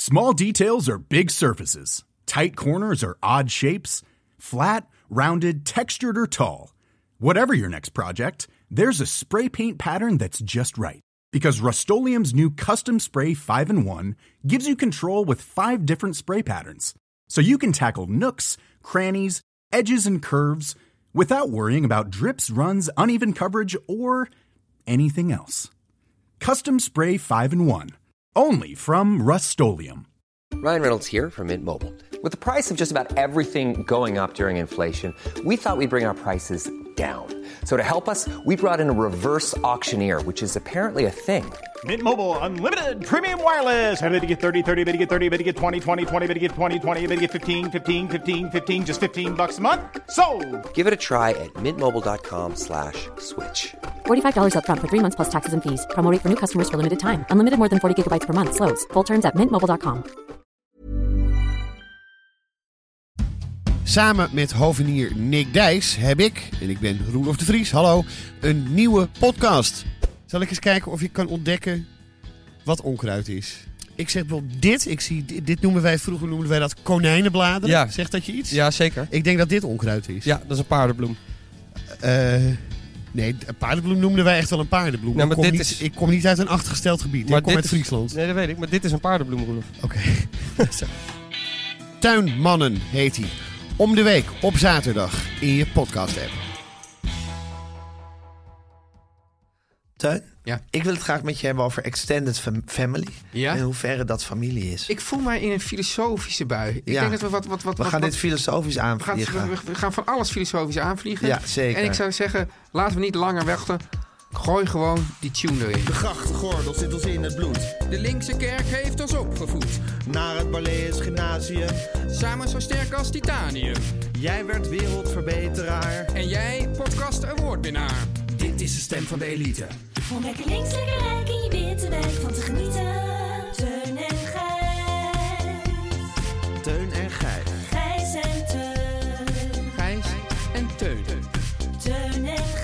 Small details are big surfaces. Tight corners are odd shapes. Flat, rounded, textured, or tall. Whatever your next project, there's a spray paint pattern that's just right. Because Rust-Oleum's new Custom Spray 5-in-1 gives you control with 5 different spray patterns. So you can tackle nooks, crannies, edges, and curves without worrying about drips, runs, uneven coverage, or anything else. Custom Spray 5-in-1. Only from Rust-Oleum. Ryan Reynolds here from Mint Mobile. With the price of just about everything going up during inflation, we thought we'd bring our prices down. So to help us, we brought in a reverse auctioneer, which is apparently a thing. Mint Mobile Unlimited Premium Wireless. How to get 30, 30, bit to get 30, bit to get 20, 20, 20, bit to get 20, 20, bit to get 15, 15, 15, 15, just $15 a month? Sold! Give it a try at mintmobile.com/switch. $45 up front for 3 months plus taxes and fees. Promo rate for new customers for limited time. Unlimited more than 40 gigabytes per month. Slows full terms at mintmobile.com. Samen met hovenier Nick Dijs heb ik, en ik ben Roelof de Vries, hallo, een nieuwe podcast. Zal ik eens kijken of je kan ontdekken wat onkruid is? Ik zeg wel dit vroeger noemden wij dat konijnenbladeren. Ja. Zegt dat je iets? Ja, zeker. Ik denk dat dit onkruid is. Ja, dat is een paardenbloem. Nee, een paardenbloem noemden wij echt wel een paardenbloem. Nou, Ik kom niet uit een achtergesteld gebied. Ik kom uit Friesland. Nee, dat weet ik. Maar dit is een paardenbloem, Roelof. Oké. Tuinmannen heet hij. Om de week op zaterdag in je podcast-app. Teun, Ja. ik wil het graag met je hebben over extended family. Ja? En in hoeverre dat familie is. Ik voel mij in een filosofische bui. Ik denk dat we gaan dit filosofisch aanvliegen. We gaan van alles filosofisch aanvliegen. Ja, zeker. En ik zou zeggen, laten we niet langer wachten. Gooi gewoon die tune erin. De grachtgordel zit ons in het bloed. De linkse kerk heeft ons opgevoed. Naar het Barlees Gymnasium. Samen zo sterk als titanium. Jij werd wereldverbeteraar. En jij podcast awardwinnaar. Dit is de stem van de elite. Om lekker links, lekker rijk in je witte wijk van te genieten. Teun en Gijs. Teun en Gijs. Gijs en Teun. Gijs en Teun. Teun en Gijs.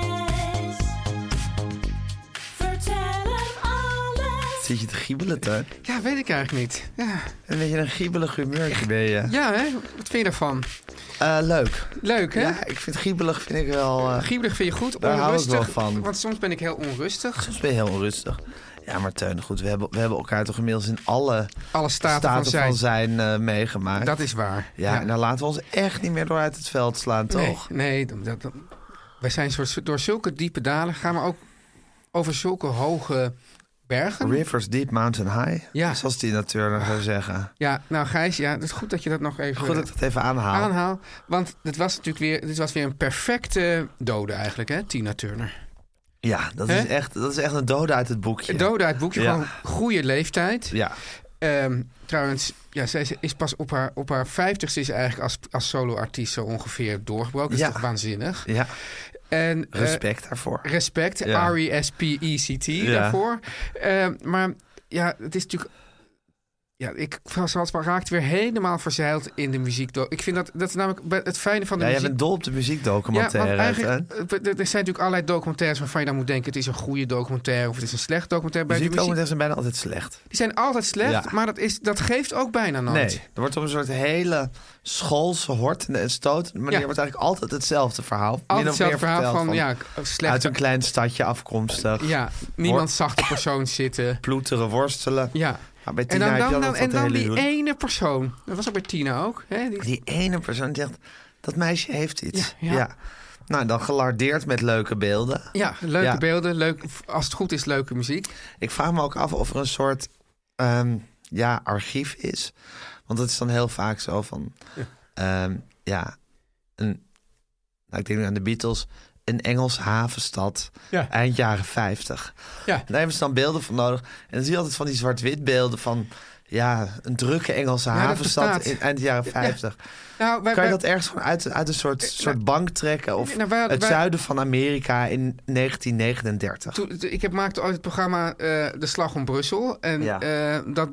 Vertel hem alles. Zit je te giebelen, Teun? Ja, weet ik eigenlijk niet. Ja, Een beetje een giebelig humeurtje ben je. ja hè? Wat vind je daarvan? Leuk. Leuk, hè? Ja, ik vind giebelig wel... Giebelig vind je goed, daar hou ik onrustig. wel van. Want soms ben ik heel onrustig. Soms ben je heel onrustig. Ja, maar Teun, goed, we hebben elkaar toch inmiddels in alle Staten van zijn meegemaakt. Dat is waar. Ja, en daar laten we ons echt niet meer door uit het veld slaan, toch? Nee, wij zijn door zulke diepe dalen gaan we ook over zulke hoge bergen. Rivers deep, mountain high. Ja. Zoals die natuurlijk zou zeggen. Ja, nou Gijs, ja, het is goed dat je dat nog even Goed dat ik het even aanhaal. Want dit was weer een perfecte dode eigenlijk, hè, Tina Turner. Ja, dat is echt een dode uit het boekje. Dode uit het boekje, Ja. gewoon goede leeftijd. Ja. Trouwens, ja, zij is pas op haar 50ste is eigenlijk als solo-artiest zo ongeveer doorgebroken. Dat is toch waanzinnig? Ja. En, respect daarvoor. Respect, Ja. R-E-S-P-E-C-T daarvoor. Maar ja, het is natuurlijk... Ja, ik raakte weer helemaal verzeild in de muziek. Ik vind dat is namelijk het fijne van de muziek. Jij bent dol op de muziekdocumentaire. Ja, want eigenlijk, er zijn natuurlijk allerlei documentaires waarvan je dan moet denken... het is een goede documentaire of het is een slecht documentaire. Muziekdocumentaires zijn bijna altijd slecht. Die zijn altijd slecht, Ja. maar dat geeft ook bijna nooit. Nee, er wordt op een soort hele schoolse hortende en stotende manier... wordt eigenlijk altijd hetzelfde verhaal. Altijd hetzelfde verhaal van slecht. Uit een klein stadje afkomstig. Ja, niemand zag de persoon zitten. Ploeteren, worstelen. Ja. Maar bij Tina en dan die ene persoon. Dat was ook bij Tina ook. Hè? Die ene persoon die zegt, dat meisje heeft iets. Ja. Nou, dan gelardeerd met leuke beelden. Ja, leuke beelden. Leuk, als het goed is, leuke muziek. Ik vraag me ook af of er een soort archief is. Want het is dan heel vaak zo van... ik denk nu aan de Beatles... een Engelse havenstad, eind jaren 50. Ja. Daar hebben ze dan beelden van nodig. En dan zie je altijd van die zwart-wit beelden van... een drukke Engelse havenstad in eind jaren 50. Ja. Nou, kan je dat ergens gewoon uit een soort bank trekken? Of het zuiden van Amerika in 1939? Ik maakte ooit het programma De Slag om Brussel. En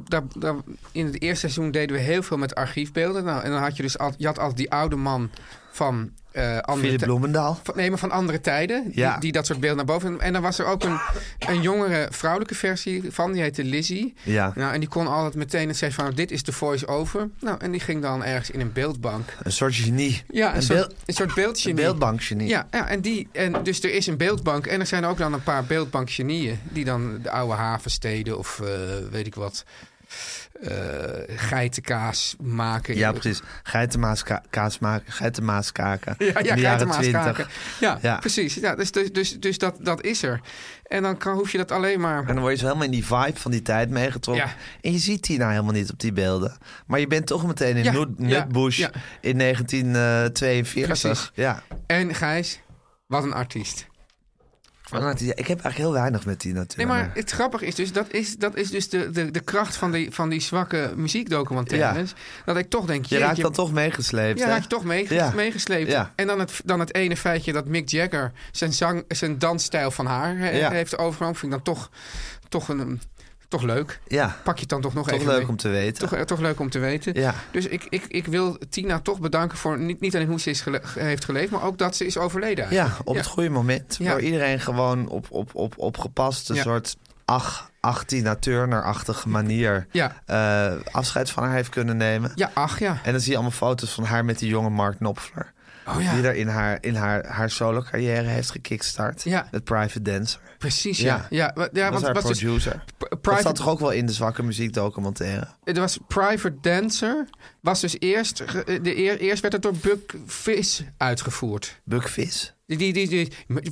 in het eerste seizoen deden we heel veel met archiefbeelden. Nou, en dan had je dus altijd die oude man van andere Philip Bloemendaal. maar van andere tijden. Ja. Die dat soort beelden naar boven. En dan was er ook een jongere vrouwelijke versie van. Die heette Lizzie. Ja. Nou, en die kon altijd meteen zeggen van... dit is de voice-over. Nou, en die ging dan ergens in een beeldbank. Een soort genie. Ja, een soort beeldgenie. Een beeldbankgenie. Ja, en dus er is een beeldbank. En er zijn ook dan een paar beeldbankgenieën... die dan de oude havensteden of weet ik wat... geitenkaas maken. Ja, precies. Geitenmaaskaas maken. Geitenmaaskaken. Ja, in de jaren 20. Ja, precies. Ja, dus dat is er. En dan hoef je dat alleen maar... En dan word je zo helemaal in die vibe van die tijd meegetrokken. Ja. En je ziet Tina helemaal niet op die beelden. Maar je bent toch meteen in Nutbush in 1942. Precies. Ja. En Gijs, wat een artiest. Ik heb eigenlijk heel weinig met Tina Turner. Nee, maar het grappige is dus... dat is dus de kracht van die zwakke muziekdocumentaires. Ja. Dat ik toch denk... Je raakt dan toch meegesleept, Ja, hè? raak je toch meegesleept. Ja. En dan het ene feitje dat Mick Jagger... zijn dansstijl van haar heeft overgenomen... vind ik dan toch leuk. Ja. Pak je het dan toch nog toch even leuk mee. om te weten. Toch leuk om te weten. Ja. Dus ik wil Tina toch bedanken voor niet alleen hoe ze heeft geleefd... maar ook dat ze is overleden eigenlijk. Ja, op het goede moment. Ja. Waar iedereen gewoon op gepaste soort... Tina Turner-achtige manier afscheid van haar heeft kunnen nemen. Ja, ja. En dan zie je allemaal foto's van haar met die jonge Mark Knopfler. Oh, ja. Die er in haar solo-carrière heeft gekickstart. Ja. Met Private Dancer. Precies, ja. Was Want haar was producer. Dat zat toch ook wel in de zwakke muziekdocumentaire? Het was Private Dancer. Was dus eerst werd het door Buck Fizz uitgevoerd. Buck Fizz? Die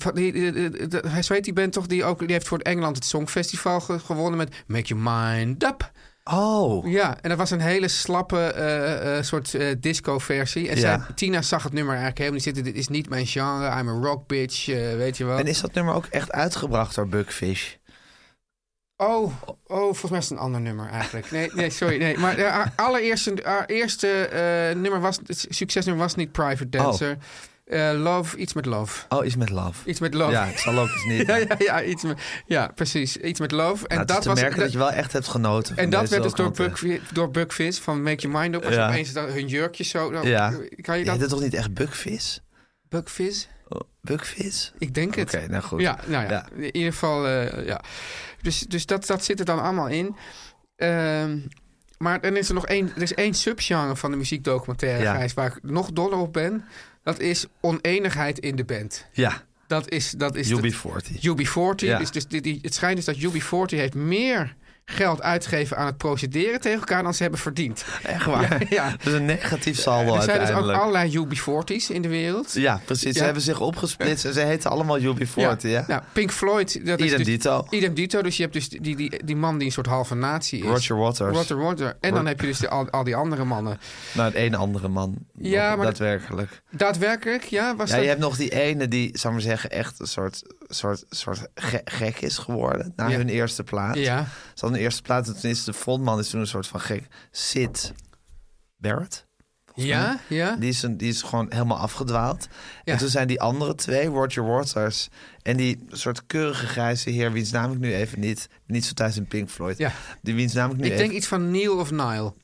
band toch, die heeft voor Engeland het Songfestival gewonnen met Make Your Mind Up. Oh. Ja, en dat was een hele slappe soort disco-versie. En Tina zag het nummer eigenlijk helemaal niet zitten. Dit is niet mijn genre, I'm a rock bitch, weet je wel. En is dat nummer ook echt uitgebracht door Buck Fizz? Oh, volgens mij is het een ander nummer eigenlijk. Nee, sorry. Nee. Maar haar eerste nummer het succesnummer was niet Private Dancer. Oh. Love, iets met love. Oh, iets met love. Iets met love. Ja, het zal ook eens niet. Precies. Iets met love. En het dat is te was merken dat je wel echt hebt genoten. En dat werd dus door Buck Fizz van Make Your Mind Up. Als opeens hun jurkje zo... Kan je dat... Heet het toch niet echt Buck Fizz? Buck Fizz? Buck Fizz? Ik denk het. Oké, nou goed. Ja. In ieder geval, Dus dat zit er dan allemaal in. Maar dan is er nog één subgenre van de muziekdocumentaire, Gijs, waar ik nog doller op ben. Dat is oneenigheid in de band. Ja. Dat is UB40. UB40. Ja. Dus het schijnt dus dat UB40 heeft meer geld uitgegeven aan het procederen tegen elkaar dan ze hebben verdiend. Echt waar? Ja. Dus een negatief saldo er zijn dus uiteindelijk. ook allerlei UB40's in de wereld. Ja, precies. Ze hebben zich opgesplitst en ze heten allemaal UB40. Ja. Nou, Pink Floyd. Dat idem is dus, dito. Idem dito. Dus je hebt dus die man die een soort halve natie is. Roger Waters. En dan heb je dus al die andere mannen. Nou, het ene andere man. Ja, maar daadwerkelijk. Daadwerkelijk, ja. Je hebt nog die ene die, zou maar zeggen, echt een soort gek is geworden. Na hun eerste plaat. Ja. Ze hadden een eerste plaat en toen is de frontman is toen een soort van gek. Sid Barrett. Ja. Die is gewoon helemaal afgedwaald. Ja. En toen zijn die andere twee, Roger Waters en die soort keurige grijze heer, wiens naam ik nu even niet zo thuis in Pink Floyd. Ja. Die wiens naam ik nu Ik denk iets van Neil of Nile.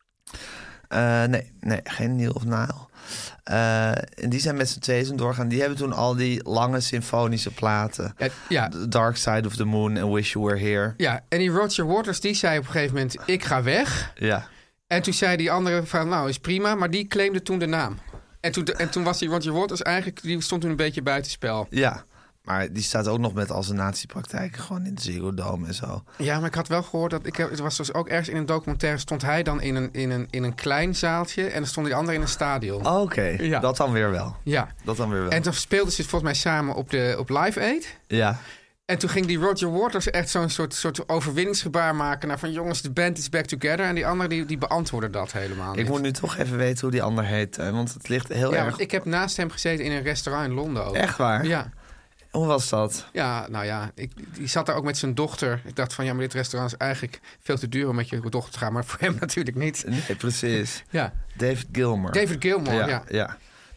Nee, geen Neil of Nile. En die zijn met z'n tweeën doorgaan. Die hebben toen al die lange symfonische platen. Ja. The Dark Side of the Moon en Wish You Were Here. Ja, en die Roger Waters, die zei op een gegeven moment, ik ga weg. Ja. En toen zei die andere van, nou, is prima. Maar die claimde toen de naam. En toen was die Roger Waters eigenlijk, die stond toen een beetje buitenspel. Ja. Maar die staat ook nog met al zijn nazi-praktijken gewoon in de Ziggo Dome en zo. Ja, maar ik had wel gehoord dat het was dus ook ergens in een documentaire stond hij dan in een klein zaaltje en dan stond die andere in een stadion. Oké. Ja. Dat dan weer wel. Ja. Dat dan weer wel. En toen speelden ze volgens mij samen op Live Aid. Ja. En toen ging die Roger Waters echt zo'n soort overwinningsgebaar maken naar van jongens, de band is back together. En die andere die beantwoordde dat helemaal niet. Ik moet nu toch even weten hoe die ander heet, want het ligt heel erg... Ja, ik heb naast hem gezeten in een restaurant in Londen ook. Echt waar? Ja. Hoe was dat? Ja, nou ja, die zat daar ook met zijn dochter. Ik dacht van, ja, maar dit restaurant is eigenlijk veel te duur om met je dochter te gaan. Maar voor hem natuurlijk niet. Nee, precies. Ja. David Gilmour. David Gilmour, ja. Ja.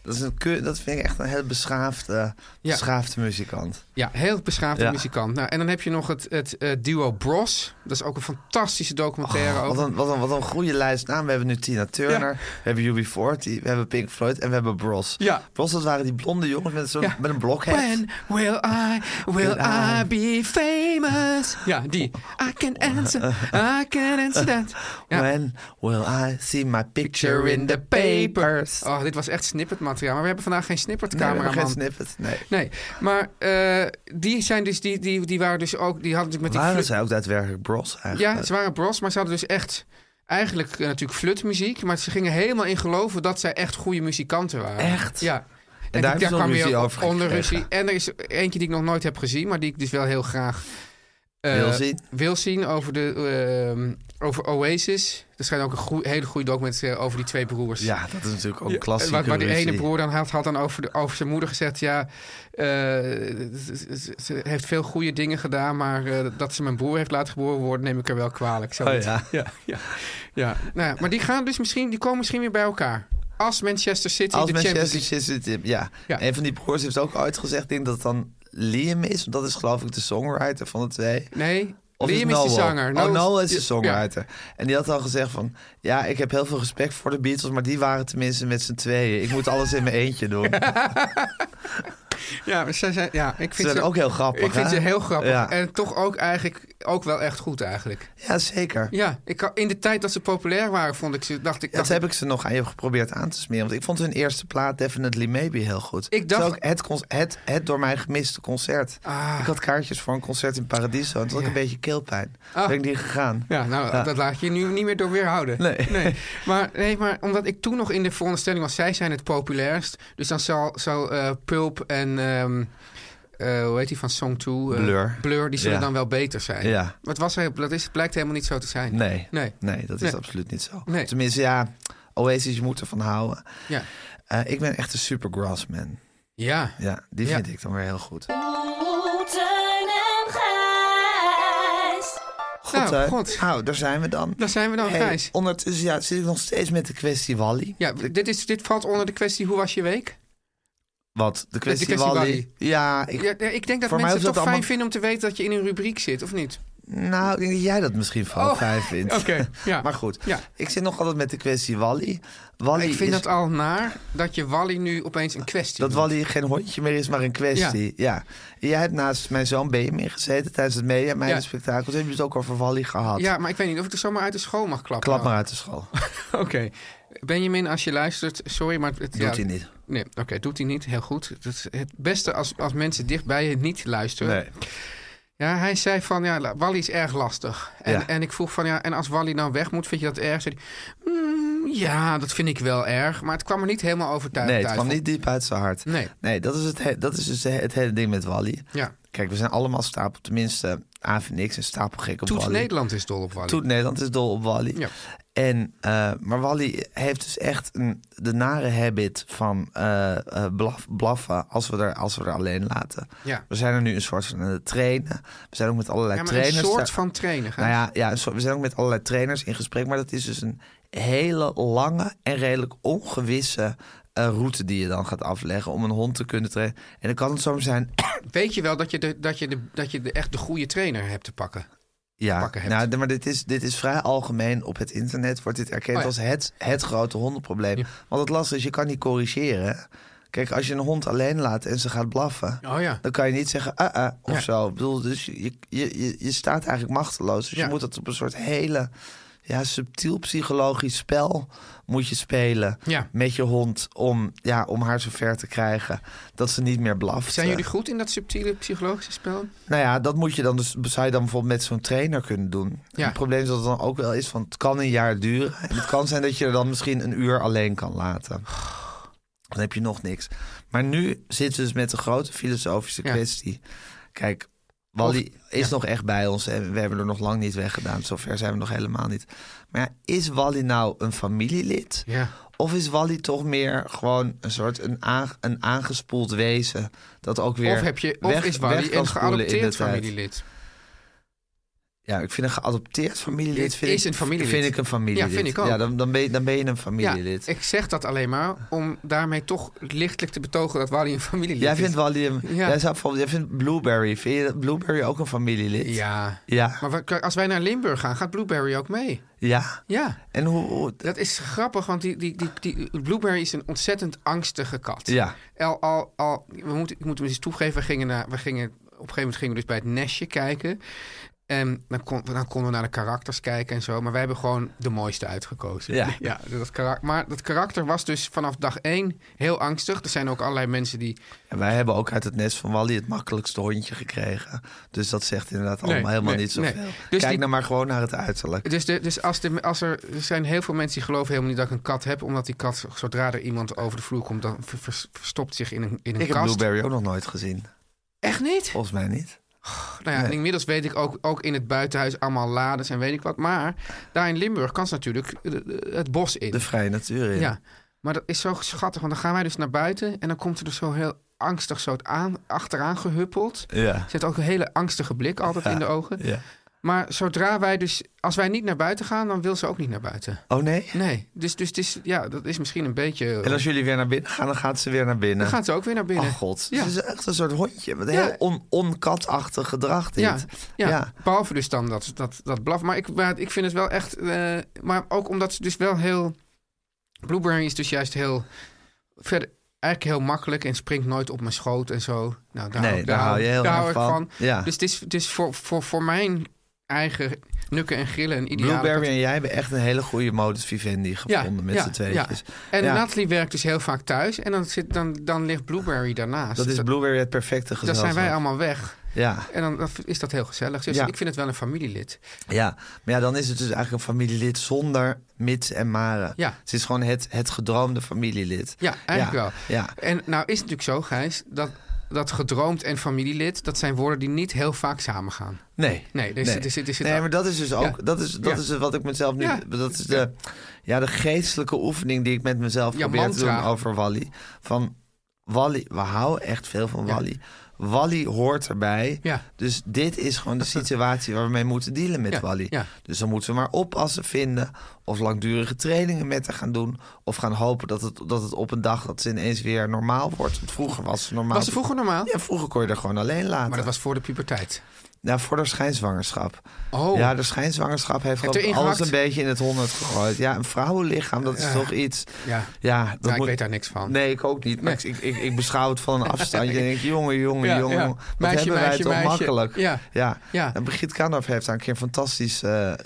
Dat vind ik echt een heel beschaafde muzikant. Ja, heel beschaafde muzikant. Nou, en dan heb je nog het duo Bros. Dat is ook een fantastische documentaire over. Wat een goede lijst naam. We hebben nu Tina Turner, we hebben UB40, we hebben Pink Floyd en we hebben Bros. Ja. Bros, dat waren die blonde jongens met een blokhead. When will I be famous? Ja, die. I can answer that. Ja. When will I see my picture in the papers? Oh, dit was echt snippertmateriaal. Maar we hebben vandaag geen snippertcameraman. Nee, geen snippet, nee. Maar die zijn dus, die waren dus ook, die hadden met die... Waren zij ook daadwerkelijk Bros eigenlijk? Ja, ze waren Bros, maar ze hadden dus echt... Eigenlijk natuurlijk flutmuziek, maar ze gingen helemaal in geloven dat zij echt goede muzikanten waren. Echt? Ja. En daar kwam weer over onder ruzie. En er is eentje die ik nog nooit heb gezien, maar die ik dus wel heel graag wil zien over Oasis. Er schijnt ook een hele goede documentaire over die twee broers. Ja, dat is natuurlijk ook een klassieke waar die ruzie. ene broer dan had dan over zijn moeder gezegd... Ja, ze heeft veel goede dingen gedaan... maar dat ze mijn broer heeft laten geboren worden... neem ik er wel kwalijk. Ja. Nou, maar die komen misschien weer bij elkaar. Als Manchester City Als de Champions League... Manchester City, ja. Een van die broers heeft ook ooit gezegd... Ik denk dat het dan Liam is. Want dat is geloof ik de songwriter van de twee. Nee, of Liam is de zanger. Noel is de songwriter. Ja. En die had al gezegd van... Ja, ik heb heel veel respect voor de Beatles... maar die waren tenminste met z'n tweeën. Ik moet alles in mijn eentje doen. Ja, ik vind ze ook heel grappig. Ik vind ze heel grappig. Ja. En toch ook eigenlijk ook wel echt goed eigenlijk. Ja, zeker. Ja, in de tijd dat ze populair waren, vond ik ze... Dat heb ik ze nog aan je geprobeerd aan te smeren. Want ik vond hun eerste plaat Definitely Maybe heel goed. Ik dacht... Ook het door mij gemiste concert. Ik had kaartjes voor een concert in Paradiso. En toen had ik een beetje keelpijn. Ben ik niet gegaan. Ja, dat laat je nu niet meer door weerhouden. Nee. Maar omdat ik toen nog in de veronderstelling was... zij zijn het populairst. Dus dan zal Pulp en... hoe heet die van Song 2? Blur, die zullen dan wel beter zijn. Ja. Maar blijkt helemaal niet zo te zijn. Nee, dat is absoluut niet zo. Nee. Tenminste, Oasis, je moet ervan houden. Ja. Ik ben echt een Supergrass man. Ja. Ja, die vind ik dan weer heel goed. Teun en Gijs. God, daar zijn we dan. Gijs. Ondertussen zit ik nog steeds met de kwestie Wally. Ja, dit valt onder de kwestie hoe was je week? Wat? De kwestie Wally? Ja, ik denk dat mensen het toch fijn vinden om te weten dat je in een rubriek zit, of niet? Nou, ik denk dat jij dat misschien fijn vindt. Oké, ja. Maar goed, ik zit nog altijd met de kwestie Wally. Ik vind het al naar dat je Wally nu opeens een kwestie dat noemt. Wally geen hondje meer is, maar een kwestie. Ja. Jij hebt naast mijn zoon Benjamin gezeten tijdens het mediaspectakel. Heb je het ook over Wally gehad? Ja, maar ik weet niet of ik er zomaar uit de school mag klappen. Klap maar uit de school. Oké. Benjamin, als je luistert, sorry, maar... Doet hij niet. Nee, oké, doet hij niet. Heel goed. Het is het beste als mensen dichtbij je niet luisteren. Nee. Ja, hij zei van, Wally is erg lastig. En ik vroeg van, en als Wally nou weg moet, vind je dat erg? Zei hij, ja, dat vind ik wel erg. Maar het kwam er niet helemaal overtuigend uit. Nee, het kwam niet diep uit zijn hart. Nee, dat is dus het hele ding met Wally. Ja. Kijk, we zijn allemaal stapel, tenminste, Aaf en ik zijn stapelgek op Wally. Toet Nederland is dol op Wally. Ja. En, maar Wally heeft dus echt de nare habit van blaffen als we er alleen laten. Ja. We zijn er nu een soort van aan het trainen. We zijn ook met allerlei trainers. Een soort van trainen. We zijn ook met allerlei trainers in gesprek. Maar dat is dus een hele lange en redelijk ongewisse route die je dan gaat afleggen om een hond te kunnen trainen. En dan kan het soms zijn... Weet je wel dat je echt de goede trainer hebt te pakken? Ja, maar dit is vrij algemeen op het internet. Wordt dit erkend als het grote hondenprobleem. Ja. Want het lastige is, je kan niet corrigeren. Kijk, als je een hond alleen laat en ze gaat blaffen... dan kan je niet zeggen of zo. Ik bedoel, dus je staat eigenlijk machteloos. Dus je moet dat op een soort hele... subtiel psychologisch spel moet je spelen met je hond om haar zover te krijgen dat ze niet meer blaft. Zijn jullie goed in dat subtiele psychologische spel? Nou ja, dat moet je dan dus, zou je dan bijvoorbeeld met zo'n trainer kunnen doen. Ja. Het probleem is dat het dan ook wel is van het kan een jaar duren. En het kan zijn dat je er dan misschien een uur alleen kan laten. Dan heb je nog niks. Maar nu zitten we dus met een grote filosofische kwestie. Kijk, Wally is nog echt bij ons en we hebben er nog lang niet weggedaan. Zover zijn we nog helemaal niet. Maar ja, is Wally nou een familielid? Ja. Of is Wally toch meer gewoon een soort een aangespoeld wezen dat ook weer of is Wally een geadopteerd familielid? Ja, ik vind een geadopteerd familielid... Is een familielid. Vind ik een familielid. Ja, vind ik ook. Ja, dan ben je een familielid. Ja, ik zeg dat alleen maar om daarmee toch lichtelijk te betogen dat Wally een familielid is. Jij vindt Wally Ja. jij vindt Blueberry. Vind je Blueberry ook een familielid? Ja. Ja. Maar als wij naar Limburg gaan, gaat Blueberry ook mee. Ja? Ja. En hoe... Dat is grappig, want die Blueberry is een ontzettend angstige kat. Ja. Ik moet hem eens toegeven, op een gegeven moment gingen we dus bij het nestje kijken. En dan konden we naar de karakters kijken en zo. Maar wij hebben gewoon de mooiste uitgekozen. Ja. Maar dat karakter was dus vanaf dag 1 heel angstig. Er zijn ook allerlei mensen die... En wij hebben ook uit het nest van Wally het makkelijkste hondje gekregen. Dus dat zegt inderdaad allemaal helemaal niet zoveel. Nee. Dus Kijk nou maar gewoon naar het uiterlijk. Dus er zijn heel veel mensen die geloven helemaal niet dat ik een kat heb. Omdat die kat, zodra er iemand over de vloer komt, dan verstopt zich in een kast. Ik heb Blueberry ook nog nooit gezien. Echt niet? Volgens mij niet. Nou ja, en inmiddels weet ik ook in het buitenhuis allemaal lades en weet ik wat. Maar daar in Limburg kan ze natuurlijk het bos in. De vrije natuur in. Ja, maar dat is zo schattig. Want dan gaan wij dus naar buiten en dan komt er dus zo heel angstig zo achteraan gehuppeld. Ja. Ze heeft ook een hele angstige blik altijd in de ogen. Ja. Maar als wij niet naar buiten gaan, dan wil ze ook niet naar buiten. Oh nee? Nee, dus het is, dat is misschien een beetje... En als jullie weer naar binnen gaan, dan gaat ze weer naar binnen. Dan gaat ze ook weer naar binnen. Oh god, Ja. het is echt een soort hondje met een heel onkatachtig gedrag dit. Ja. Behalve dus dan dat blaf. Maar ik vind het wel echt... maar ook omdat ze dus wel heel... Blueberry is dus juist heel... Verder eigenlijk heel makkelijk en springt nooit op mijn schoot en zo. Nou, daar hou je heel erg van. Ja. Dus het is voor mijn eigen nukken en grillen een ideale... Blueberry en jij hebben echt een hele goede modus vivendi gevonden met z'n tweetjes. Ja. En Natalie werkt dus heel vaak thuis en dan ligt Blueberry daarnaast. Dat is Blueberry het perfecte gezelschap. Dan zijn wij allemaal weg. Ja. En dan is dat heel gezellig. Dus ik vind het wel een familielid. Ja, maar ja, dan is het dus eigenlijk een familielid zonder mits en maren. Ja. Het is gewoon het gedroomde familielid. Ja, eigenlijk wel. Ja. En nou is het natuurlijk zo, Gijs, dat gedroomd en familielid, dat zijn woorden die niet heel vaak samengaan. Nee, maar dat is dus ook... Dat is wat ik mezelf nu... Ja. Dat is de geestelijke oefening die ik met mezelf probeer te doen over Wally. Van Wally, we houden echt veel van Wally. Wally hoort erbij. Ja. Dus dit is gewoon de situatie waar we mee moeten dealen met Wally. Ja. Dus dan moeten we maar oppassen vinden. Of langdurige trainingen met haar gaan doen. Of gaan hopen dat het op een dag dat ze ineens weer normaal wordt. Want vroeger was ze normaal. Was ze vroeger normaal? Ja, vroeger kon je er gewoon alleen laten. Maar dat was voor de puberteit. Ja, voor de schijnzwangerschap. Oh. Ja, de schijnzwangerschap heeft alles een beetje in het 100 gegooid. Ja, een vrouwenlichaam, dat is toch iets... Ja, ik weet daar niks van. Nee, ik ook niet. Maar ik beschouw het van een afstandje. En denk, jongen. Wat hebben wij toch makkelijk. Ja. En Brigitte Kaandorf heeft daar een keer een fantastisch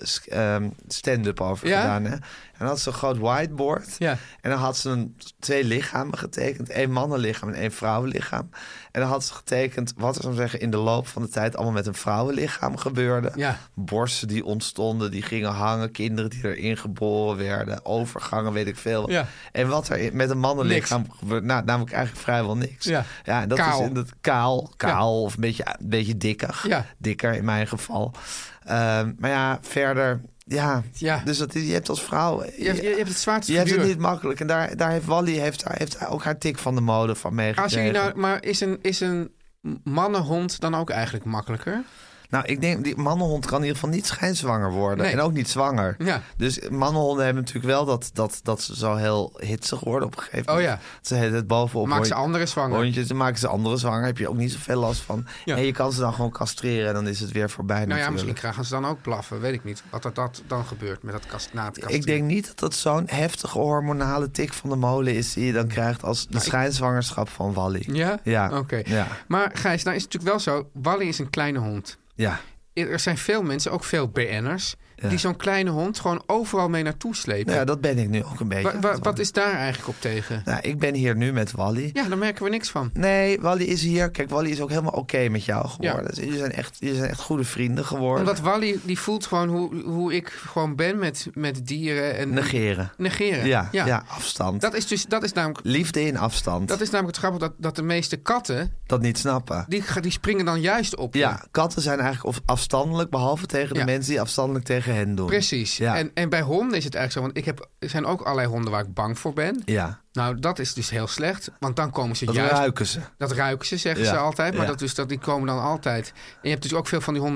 stand-up over gedaan. Hè? En dan had ze een groot whiteboard. Ja. En dan had ze 2 lichamen getekend. 1 mannenlichaam en 1 vrouwenlichaam. En dan had ze getekend wat er, zou zeggen, in de loop van de tijd allemaal met een vrouwenlichaam gebeurde. Ja. Borsten die ontstonden, die gingen hangen. Kinderen die erin geboren werden. Overgangen, weet ik veel. Ja. En wat er met een mannenlichaam gebeurde, namelijk eigenlijk vrijwel niks. Ja, en dat kaal. is in het kaal of een beetje dikker. Ja. Dikker in mijn geval. Maar ja, verder... Ja, dus je hebt als vrouw... Je hebt het zwaarste Je hebt het niet makkelijk. En daar heeft Wally heeft ook haar tik van de mode van meegekregen. Maar is een mannenhond dan ook eigenlijk makkelijker? Nou, ik denk, die mannenhond kan in ieder geval niet schijnzwanger worden. Nee. En ook niet zwanger. Ja. Dus mannenhonden hebben natuurlijk wel dat ze zo heel hitsig worden op een gegeven moment. Oh ja. Ze het bovenop. Maken ze anderen zwanger. Hondjes, dan maken ze anderen zwanger. Heb je ook niet zoveel last van. Ja. En je kan ze dan gewoon castreren en dan is het weer voorbij natuurlijk. Ja, misschien krijgen ze dan ook blaffen. Weet ik niet. Wat dat dan gebeurt met na het castreren. Ik denk niet dat dat zo'n heftige hormonale tik van de molen is die je dan krijgt als de schijnzwangerschap van Wally. Ja? Ja. Oké. Ja. Maar Gijs, nou is het natuurlijk wel zo. Wally is een kleine hond. Ja. Er zijn veel mensen, ook veel BN'ers... die zo'n kleine hond gewoon overal mee naartoe slepen. Nou ja, dat ben ik nu ook een beetje. Wat is daar eigenlijk op tegen? Nou, ik ben hier nu met Wally. Ja, daar merken we niks van. Nee, Wally is hier. Kijk, Wally is ook helemaal oké met jou geworden. Ja. Dus jullie zijn echt goede vrienden geworden. Omdat Wally, die voelt gewoon hoe ik gewoon ben met dieren. En negeren. Ja, afstand. Dat is namelijk... Liefde in afstand. Dat is namelijk het grappige dat de meeste katten... dat niet snappen. Die springen dan juist op. Ja, katten zijn eigenlijk afstandelijk, behalve tegen de mensen die afstandelijk tegen hen doen. Precies. Ja. En bij honden is het eigenlijk zo. Want er zijn ook allerlei honden waar ik bang voor ben. Ja. Nou, dat is dus heel slecht. Want dan komen ze dat ruiken ze. Dat ruiken ze, zeggen ze altijd. Maar die komen dan altijd. En je hebt dus ook veel van die honden die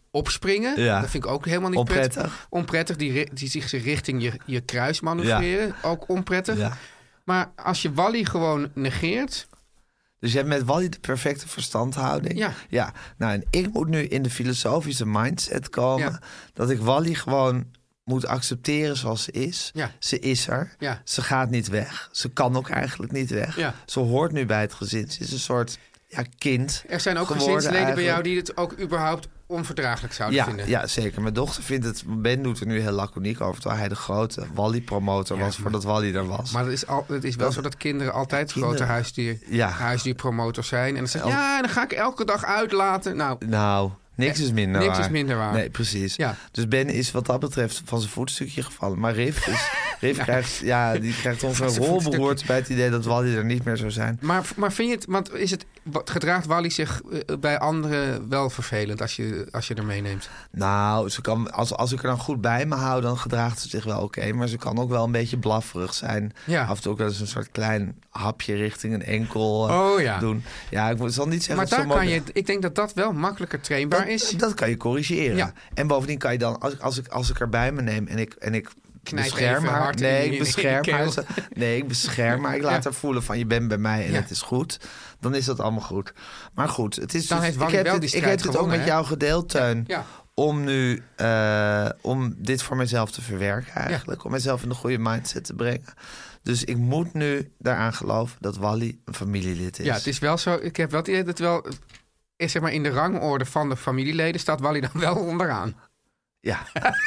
opspringen. Ja. Dat vind ik ook helemaal niet Onprettig. Onprettig. Die zich richting je kruis manoeuvreren. Ook onprettig. Ja. Maar als je Wally gewoon negeert... Dus je hebt met Wally de perfecte verstandhouding. Ja. Nou, en ik moet nu in de filosofische mindset komen... Ja. dat ik Wally gewoon moet accepteren zoals ze is. Ja. Ze is er. Ja. Ze gaat niet weg. Ze kan ook eigenlijk niet weg. Ja. Ze hoort nu bij het gezin. Ze is een soort kind. Er zijn ook geworden gezinsleden bij jou eigenlijk. die het ook überhaupt onverdraaglijk zouden vinden. Ja, zeker. Mijn dochter vindt het... Ben doet er nu heel laconiek over... terwijl hij de grote Wally-promotor was voordat Wally er was. Maar het is wel zo dat kinderen altijd grote huisdierpromotors zijn. En dan zeggen en dan ga ik elke dag uitlaten. Nou, niks is minder niks waar. is minder waar. Nee, precies. Ja. Dus Ben is wat dat betreft van zijn voetstukje gevallen. Maar Riff krijgt ongeveer een rolberoerd bij het idee dat Wally er niet meer zou zijn. Maar vind je het... Want gedraagt Wally zich bij anderen wel vervelend als je er meeneemt? Nou, ze kan, als ik er dan goed bij me hou, dan gedraagt ze zich wel oké. Maar ze kan ook wel een beetje blafferig zijn. Ja. Af en toe ook wel eens een soort klein hapje richting een enkel doen. Ja, ik zal niet zeggen... Maar daar kan je... Ik denk dat wel makkelijker trainbaar is. Dat kan je corrigeren. Ja. En bovendien kan je dan, als ik er bij me neem en ik bescherm even haar. hard Nee, in ik bescherm je haar. keel. Nee, ik bescherm haar. Ik laat haar voelen van je bent bij mij en het is goed. Dan is dat allemaal goed. Maar goed, het is Dan dus, heeft Wally wel die ik heb strijd dit ook gewonnen, met hè? jou gedeeld, Teun. Ja. Om nu om dit voor mezelf te verwerken eigenlijk. Om mezelf in de goede mindset te brengen. Dus ik moet nu daaraan geloven dat Wally een familielid is. Ja, het is wel zo. Ik heb wel het idee dat wel... Is zeg maar in de rangorde van de familieleden staat Wally dan wel onderaan. Ja.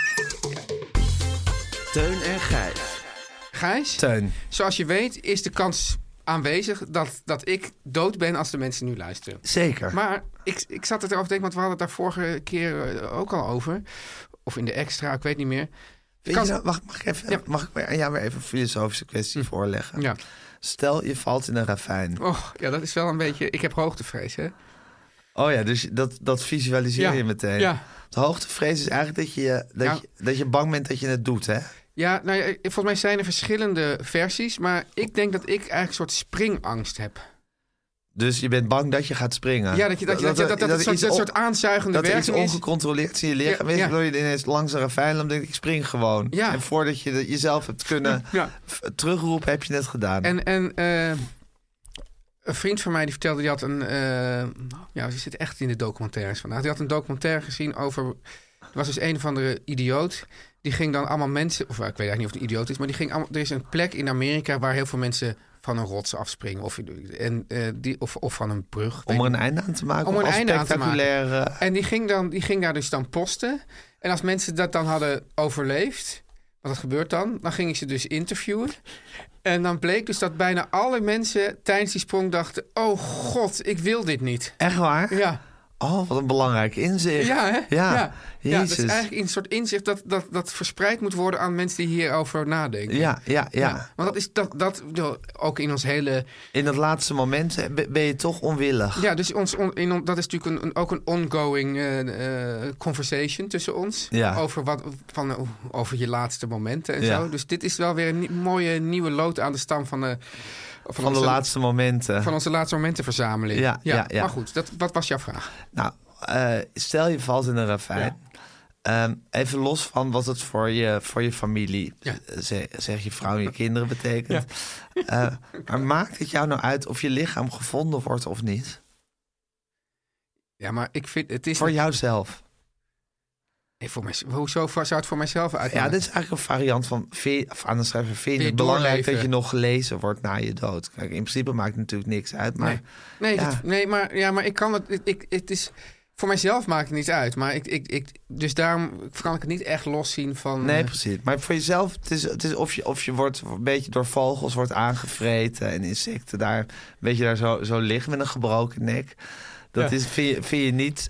Teun en Gijs. Gijs, Teun. zoals je weet is de kans aanwezig dat ik dood ben als de mensen nu luisteren. Zeker. Maar ik zat erover te denken, want we hadden het daar vorige keer ook al over. Of in de extra, ik weet niet meer. Mag ik aan jou weer even een filosofische kwestie voorleggen? Ja. Stel, je valt in een ravijn. Oh, ja, dat is wel een beetje... Ik heb hoogtevrees, hè? Oh ja, dus dat visualiseer je meteen. Ja. De hoogtevrees is eigenlijk dat je bang bent dat je het doet, hè? Ja, nou ja, volgens mij zijn er verschillende versies. Maar ik denk dat ik eigenlijk een soort springangst heb. Dus je bent bang dat je gaat springen? Ja, dat een soort aanzuigende werking is. Dat er iets ongecontroleerd in je lichaam is. Waardoor je ineens langs een ravijn loopt, denk ik spring gewoon. Ja. En voordat je jezelf hebt kunnen terugroepen, heb je het gedaan. En een vriend van mij die vertelde, die had een... ze zit echt in de documentaires vandaag. Die had een documentaire gezien over... Er was dus een of andere idioot. Die ging dan allemaal mensen... Of ik weet eigenlijk niet of het een idioot is. Maar die ging allemaal, er is een plek in Amerika waar heel veel mensen van een rots afspringen. Of van een brug. Om er een einde aan te maken? Om er een einde aan te maken. En die ging daar dus dan posten. En als mensen dat dan hadden overleefd... Wat gebeurt dan? Dan gingen ze dus interviewen. En dan bleek dus dat bijna alle mensen tijdens die sprong dachten... Oh god, ik wil dit niet. Echt waar? Ja. Oh, wat een belangrijk inzicht. Ja, hè? Ja. Ja, dat is eigenlijk een soort inzicht dat verspreid moet worden aan mensen die hierover nadenken. Ja. Want dat is dat ook in ons hele... In dat laatste moment ben je toch onwillig. Ja, dus dat is natuurlijk ook een ongoing conversation tussen ons. Ja. Over je laatste momenten en Ja. zo. Dus dit is wel weer een mooie nieuwe lood aan de stam van de laatste momenten. Van onze laatste momentenverzameling. Ja. Maar goed, wat was jouw vraag? Nou, stel je valt in een ravijn. Even los van wat het voor je familie, zeg je vrouw en je kinderen betekent. Ja. Maar maakt het jou nou uit of je lichaam gevonden wordt of niet? Ja, maar ik vind het is... Voor jouzelf. Hoezo zou het voor mijzelf uitmaken? Ja, dit is eigenlijk een variant van... aan de schrijver vind je het belangrijk dat je nog gelezen wordt na je dood. Kijk, in principe maakt het natuurlijk niks uit. Maar, maar ik kan het is... Voor mijzelf maakt het niet uit. Maar dus daarom kan ik het niet echt loszien van... Nee, precies. Maar voor jezelf, het is of je wordt een beetje door vogels wordt aangevreten en insecten daar een beetje daar zo liggen met een gebroken nek. Dat is, vind je niet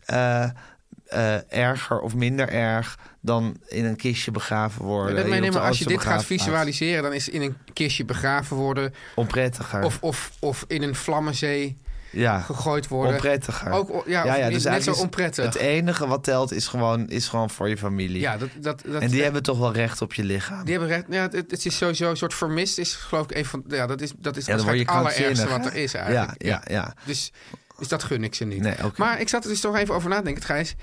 erger of minder erg dan in een kistje begraven worden. Maar als je dit gaat visualiseren, dan is in een kistje begraven worden... onprettiger. Of in een vlammenzee... gegooid worden. Onprettiger. Ook, dus net zo onprettig. Het enige wat telt is gewoon voor je familie. Ja, en die hebben toch wel recht op je lichaam. Die hebben recht. Ja, het is sowieso een soort vermist. Is geloof ik een van. Ja, dat is het allerergste wat er is eigenlijk. Ja. Dus dat gun ik ze niet. Nee, okay. Maar ik zat er dus toch even over na te denken, Gijs.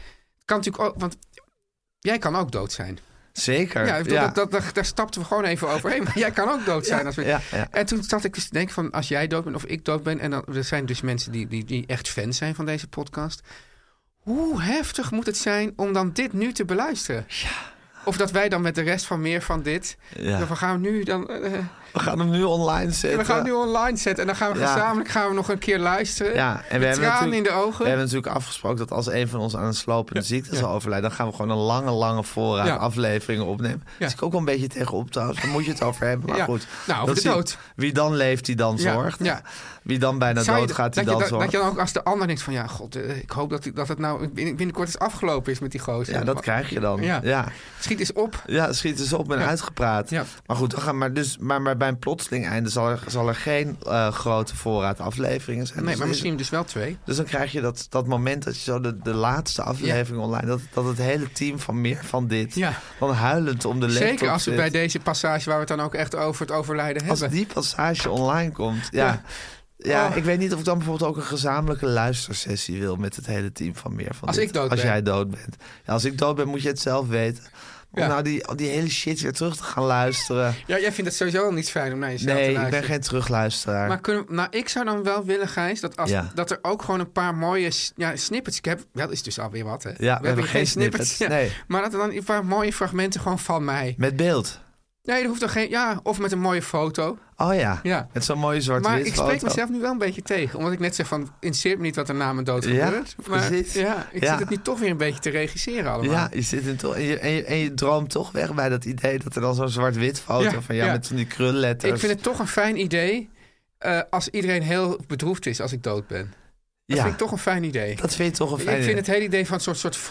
kan natuurlijk ook... Want jij kan ook dood zijn. Zeker. Ja, daar stapten we gewoon even overheen. Maar jij kan ook dood zijn. Als we... Ja. En toen zat ik dus te denken van... als jij dood bent of ik dood ben... en dan, er zijn dus mensen die echt fan zijn van deze podcast... hoe heftig moet het zijn om dan dit nu te beluisteren? Ja. Of dat wij dan met de rest van meer van dit... Ja. We gaan nu dan... we gaan hem nu online zetten. We gaan hem nu online zetten. En dan gaan we gezamenlijk nog een keer luisteren. Ja, en met tranen in de ogen. We hebben natuurlijk afgesproken dat als een van ons aan een slopende ziekte zal overlijden... dan gaan we gewoon een lange voorraad afleveringen opnemen. Ja. Dus ik ook wel een beetje tegenop trouwens. Daar moet je het over hebben. Maar goed. Nou, over de dood. Wie dan leeft, die dan zorgt. Ja. Wie dan bijna dood gaat, die dan zorgt. Dat je dan ook als de ander denkt van... ja, god, ik hoop dat het nou binnenkort eens afgelopen is met die gozer. Ja, dat krijg je dan. Ja. Schiet eens op. Ja, schiet eens op en uitgepraat. Ja. Maar goed, maar bij een plotseling einde zal er geen grote voorraad afleveringen zijn. Nee, maar misschien dus wel 2. Dus dan krijg je dat moment dat je zo de laatste aflevering online... Dat het hele team van meer van dit... dan huilend om de laptop Zeker als we zit. bij deze passage... waar we het dan ook echt over het overlijden hebben. Als die passage online komt, Ja, ik weet niet of ik dan bijvoorbeeld ook een gezamenlijke luistersessie wil... met het hele team van meer van als dit. Ik dood als ben. jij dood bent. Ja, als ik dood ben, moet je het zelf weten. Om nou die hele shit weer terug te gaan luisteren. Ja, jij vindt het sowieso niet fijn om naar jezelf te luisteren. Nee, ik ben geen terugluisteraar. Maar ik zou dan wel willen, Gijs... dat er ook gewoon een paar mooie snippets... Ik heb, dat is dus alweer wat, hè? Ja, we hebben geen snippets. Nee. Maar dat er dan een paar mooie fragmenten gewoon van mij... Met beeld? Nee, dat hoeft toch geen... Ja, of met een mooie foto. Oh ja. Met zo'n mooie zwart-wit foto. Maar ik spreek mezelf nu wel een beetje tegen. Omdat ik net zeg van... interesseert me niet wat er na mijn dood gebeurt. Maar precies. Ik zit het nu toch weer een beetje te regisseren allemaal. Ja, je zit toch... En je droomt toch weg bij dat idee... dat er dan zo'n zwart-wit foto van jou met van die krulletters... Ik vind het toch een fijn idee... als iedereen heel bedroefd is als ik dood ben. Dat vind ik toch een fijn idee. Dat vind je toch een fijn idee? Ik vind het hele idee van een soort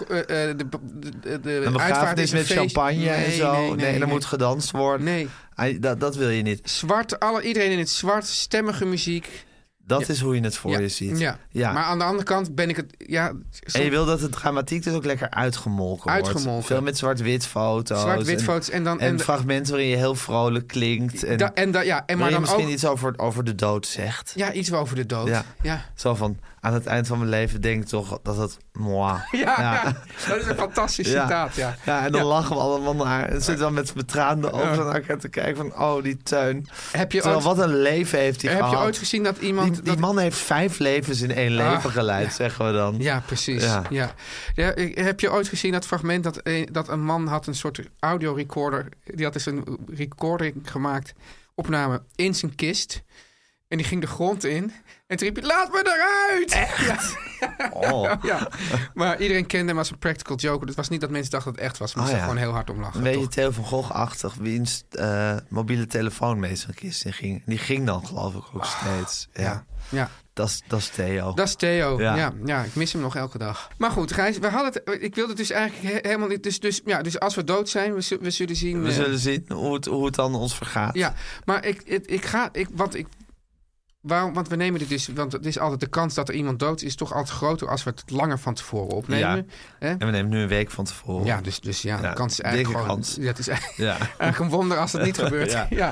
een begrafenis met champagne en zo. Nee, er moet gedanst worden. Nee. Dat wil je niet. Iedereen in het zwart, stemmige muziek. Dat is hoe je het voor je ziet. Ja. Maar aan de andere kant ben ik het... En je wil dat de dramatiek dus ook lekker uitgemolken wordt. Veel met zwart-wit foto's. En fragmenten waarin je heel vrolijk klinkt. Maar dan misschien ook iets over de dood zegt. Ja, iets over de dood. Ja. Zo van, aan het eind van mijn leven denk ik toch dat het moi. Ja, dat is een fantastisch citaat. Ja, en dan lachen we allemaal naar. En zitten dan met betraande ogen naar elkaar te kijken van, oh, die Teun. Wat een leven heeft hij gehad. Heb je ooit gezien dat iemand... Die man heeft 5 levens in 1 leven geleid, zeggen we dan. Ja, precies. Ja. Heb je ooit gezien dat fragment dat een man had een soort audiorecorder... Die had dus een recording gemaakt, opname in zijn kist... En die ging de grond in. En toen riep hij, laat me eruit! Echt? Ja. Oh. Ja. Maar iedereen kende hem als een practical joker. Het was niet dat mensen dachten dat het echt was. Maar ze gewoon heel hard om lachen. Een beetje Theo van Gogh-achtig. Wiens mobiele telefoon mee zijn kist in ging. Die ging dan geloof ik ook steeds. Ja. Dat is Theo. Dat is Theo, ja. Ik mis hem nog elke dag. Maar goed, Gijs, ik wilde het dus eigenlijk helemaal niet... Dus als we dood zijn, we zullen zien... We zullen zien hoe het dan ons vergaat. Ja, maar want we nemen dit dus... Want het is altijd de kans dat er iemand dood is... toch altijd groter als we het langer van tevoren opnemen. Ja. Hè? En we nemen nu een week van tevoren. Ja, dus de kans is eigenlijk gewoon... Kans. Ja, het is eigenlijk een wonder als het niet gebeurt. Ja.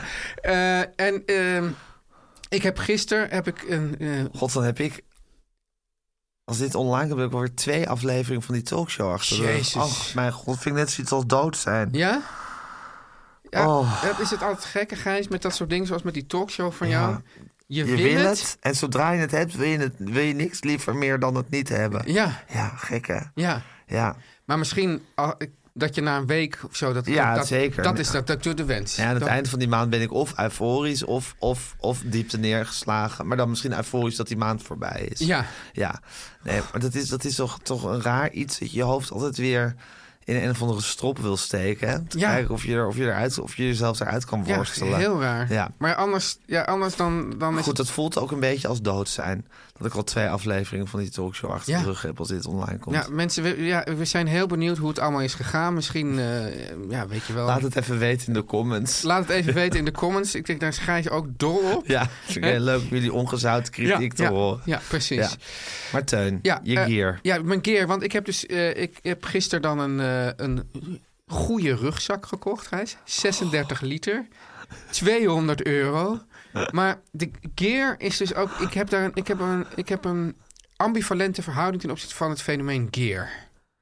Ik heb gisteren... God, dan heb ik... Als dit online komt, heb ik alweer 2 afleveringen van die talkshow achter. Jezus. Oh, mijn god, vind ik net zoiets als dood zijn. Ja? Ja, is het altijd gekke, Gijs, met dat soort dingen zoals met die talkshow van jou? Je wil het. En zodra je het hebt, wil je niks liever meer dan het niet hebben. Ja. Ja, gek hè? Ja. Maar misschien dat je na een week of zo... zeker. Dat doet de wens. Ja, aan het einde van die maand ben ik of euforisch of diepte neergeslagen. Maar dan misschien euforisch dat die maand voorbij is. Ja. Nee, maar dat is toch een raar iets dat je hoofd altijd weer... in een of andere strop wil steken. Hè? Te kijken of je jezelf eruit kan worstelen. Ja, heel raar. Ja. Maar anders dan is... Goed, dat voelt ook een beetje als dood zijn. Dat ik al 2 afleveringen van die talkshow achter de rug heb als dit online komt. Ja, mensen, we zijn heel benieuwd hoe het allemaal is gegaan. Misschien, weet je wel... Laat het even weten in de comments. Laat het even weten in de comments. Ik denk, daar schrijf je ook dol op. Ja, het is heel leuk om jullie ongezouten kritiek te horen. Ja, precies. Ja. Maar Teun, je gear. Ja, mijn gear. Want ik heb dus... ik heb gisteren dan een goede rugzak gekocht, Gijs. 36 liter. €200. Maar de gear is dus ook... Ik heb een ambivalente verhouding ten opzichte van het fenomeen gear.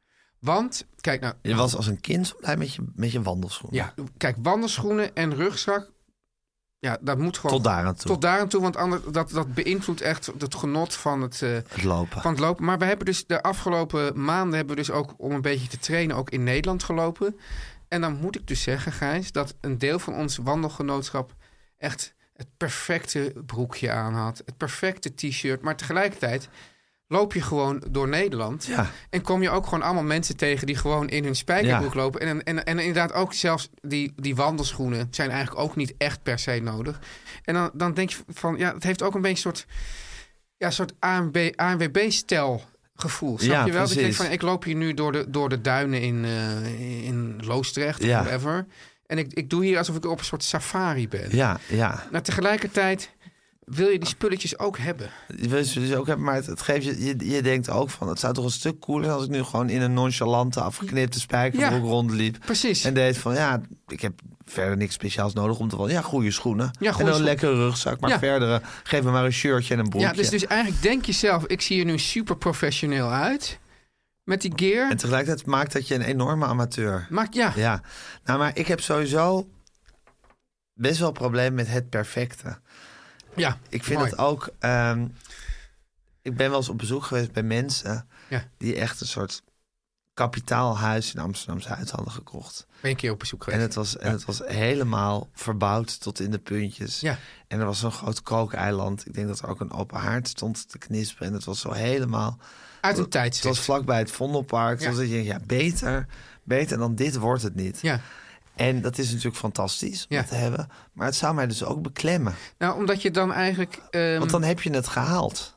Want, kijk nou... Je was als een kind zo blij met je wandelschoenen. Ja, kijk, wandelschoenen en rugzak... Ja, dat moet gewoon... Tot daar aan toe. Tot daar aan toe, want anders, dat beïnvloedt echt het genot van het lopen. Van het lopen. Maar we hebben dus de afgelopen maanden... hebben we dus ook om een beetje te trainen ook in Nederland gelopen. En dan moet ik dus zeggen, Gijs... dat een deel van ons wandelgenootschap... echt het perfecte broekje aan had. Het perfecte t-shirt. Maar tegelijkertijd... loop je gewoon door Nederland. Ja. En kom je ook gewoon allemaal mensen tegen... die gewoon in hun spijkerbroek lopen. En inderdaad ook zelfs die wandelschoenen... zijn eigenlijk ook niet echt per se nodig. En dan denk je van... ja, het heeft ook een beetje een soort ANWB-stijl gevoel. Snap je wel? Dat je denkt van, ik loop hier nu door de duinen in Loosdrecht of whatever. En ik doe hier alsof ik op een soort safari ben. Ja. Nou, tegelijkertijd... wil je die spulletjes ook hebben? Je wil ze dus ook hebben, maar het geeft je denkt ook van... het zou toch een stuk cooler zijn als ik nu gewoon in een nonchalante afgeknipte spijkerbroek rondliep. Precies. En deed van, ik heb verder niks speciaals nodig om te wandelen. Ja, goede schoenen. Ja, en dan een lekkere rugzak. Maar verder, geef me maar een shirtje en een broekje. Ja, dus eigenlijk denk je zelf... ik zie er nu super professioneel uit... met die gear. En tegelijkertijd maakt dat je een enorme amateur. Ja. Nou, maar ik heb sowieso best wel een probleem met het perfecte. Ja, ik vind het ook... ik ben wel eens op bezoek geweest bij mensen... die echt een soort kapitaalhuis in Amsterdam-Zuid hadden gekocht. Ben je een keer op bezoek geweest? En het was helemaal verbouwd tot in de puntjes. Ja. En er was zo'n groot kookeiland. Ik denk dat er ook een open haard stond te knisperen. En het was zo helemaal... uit een tijdschrift. Het was vlakbij het Vondelpark. Ja. Dus dat je beter dan dit wordt het niet. Ja. En dat is natuurlijk fantastisch om te hebben. Maar het zou mij dus ook beklemmen. Nou, omdat je dan eigenlijk... Want dan heb je het gehaald.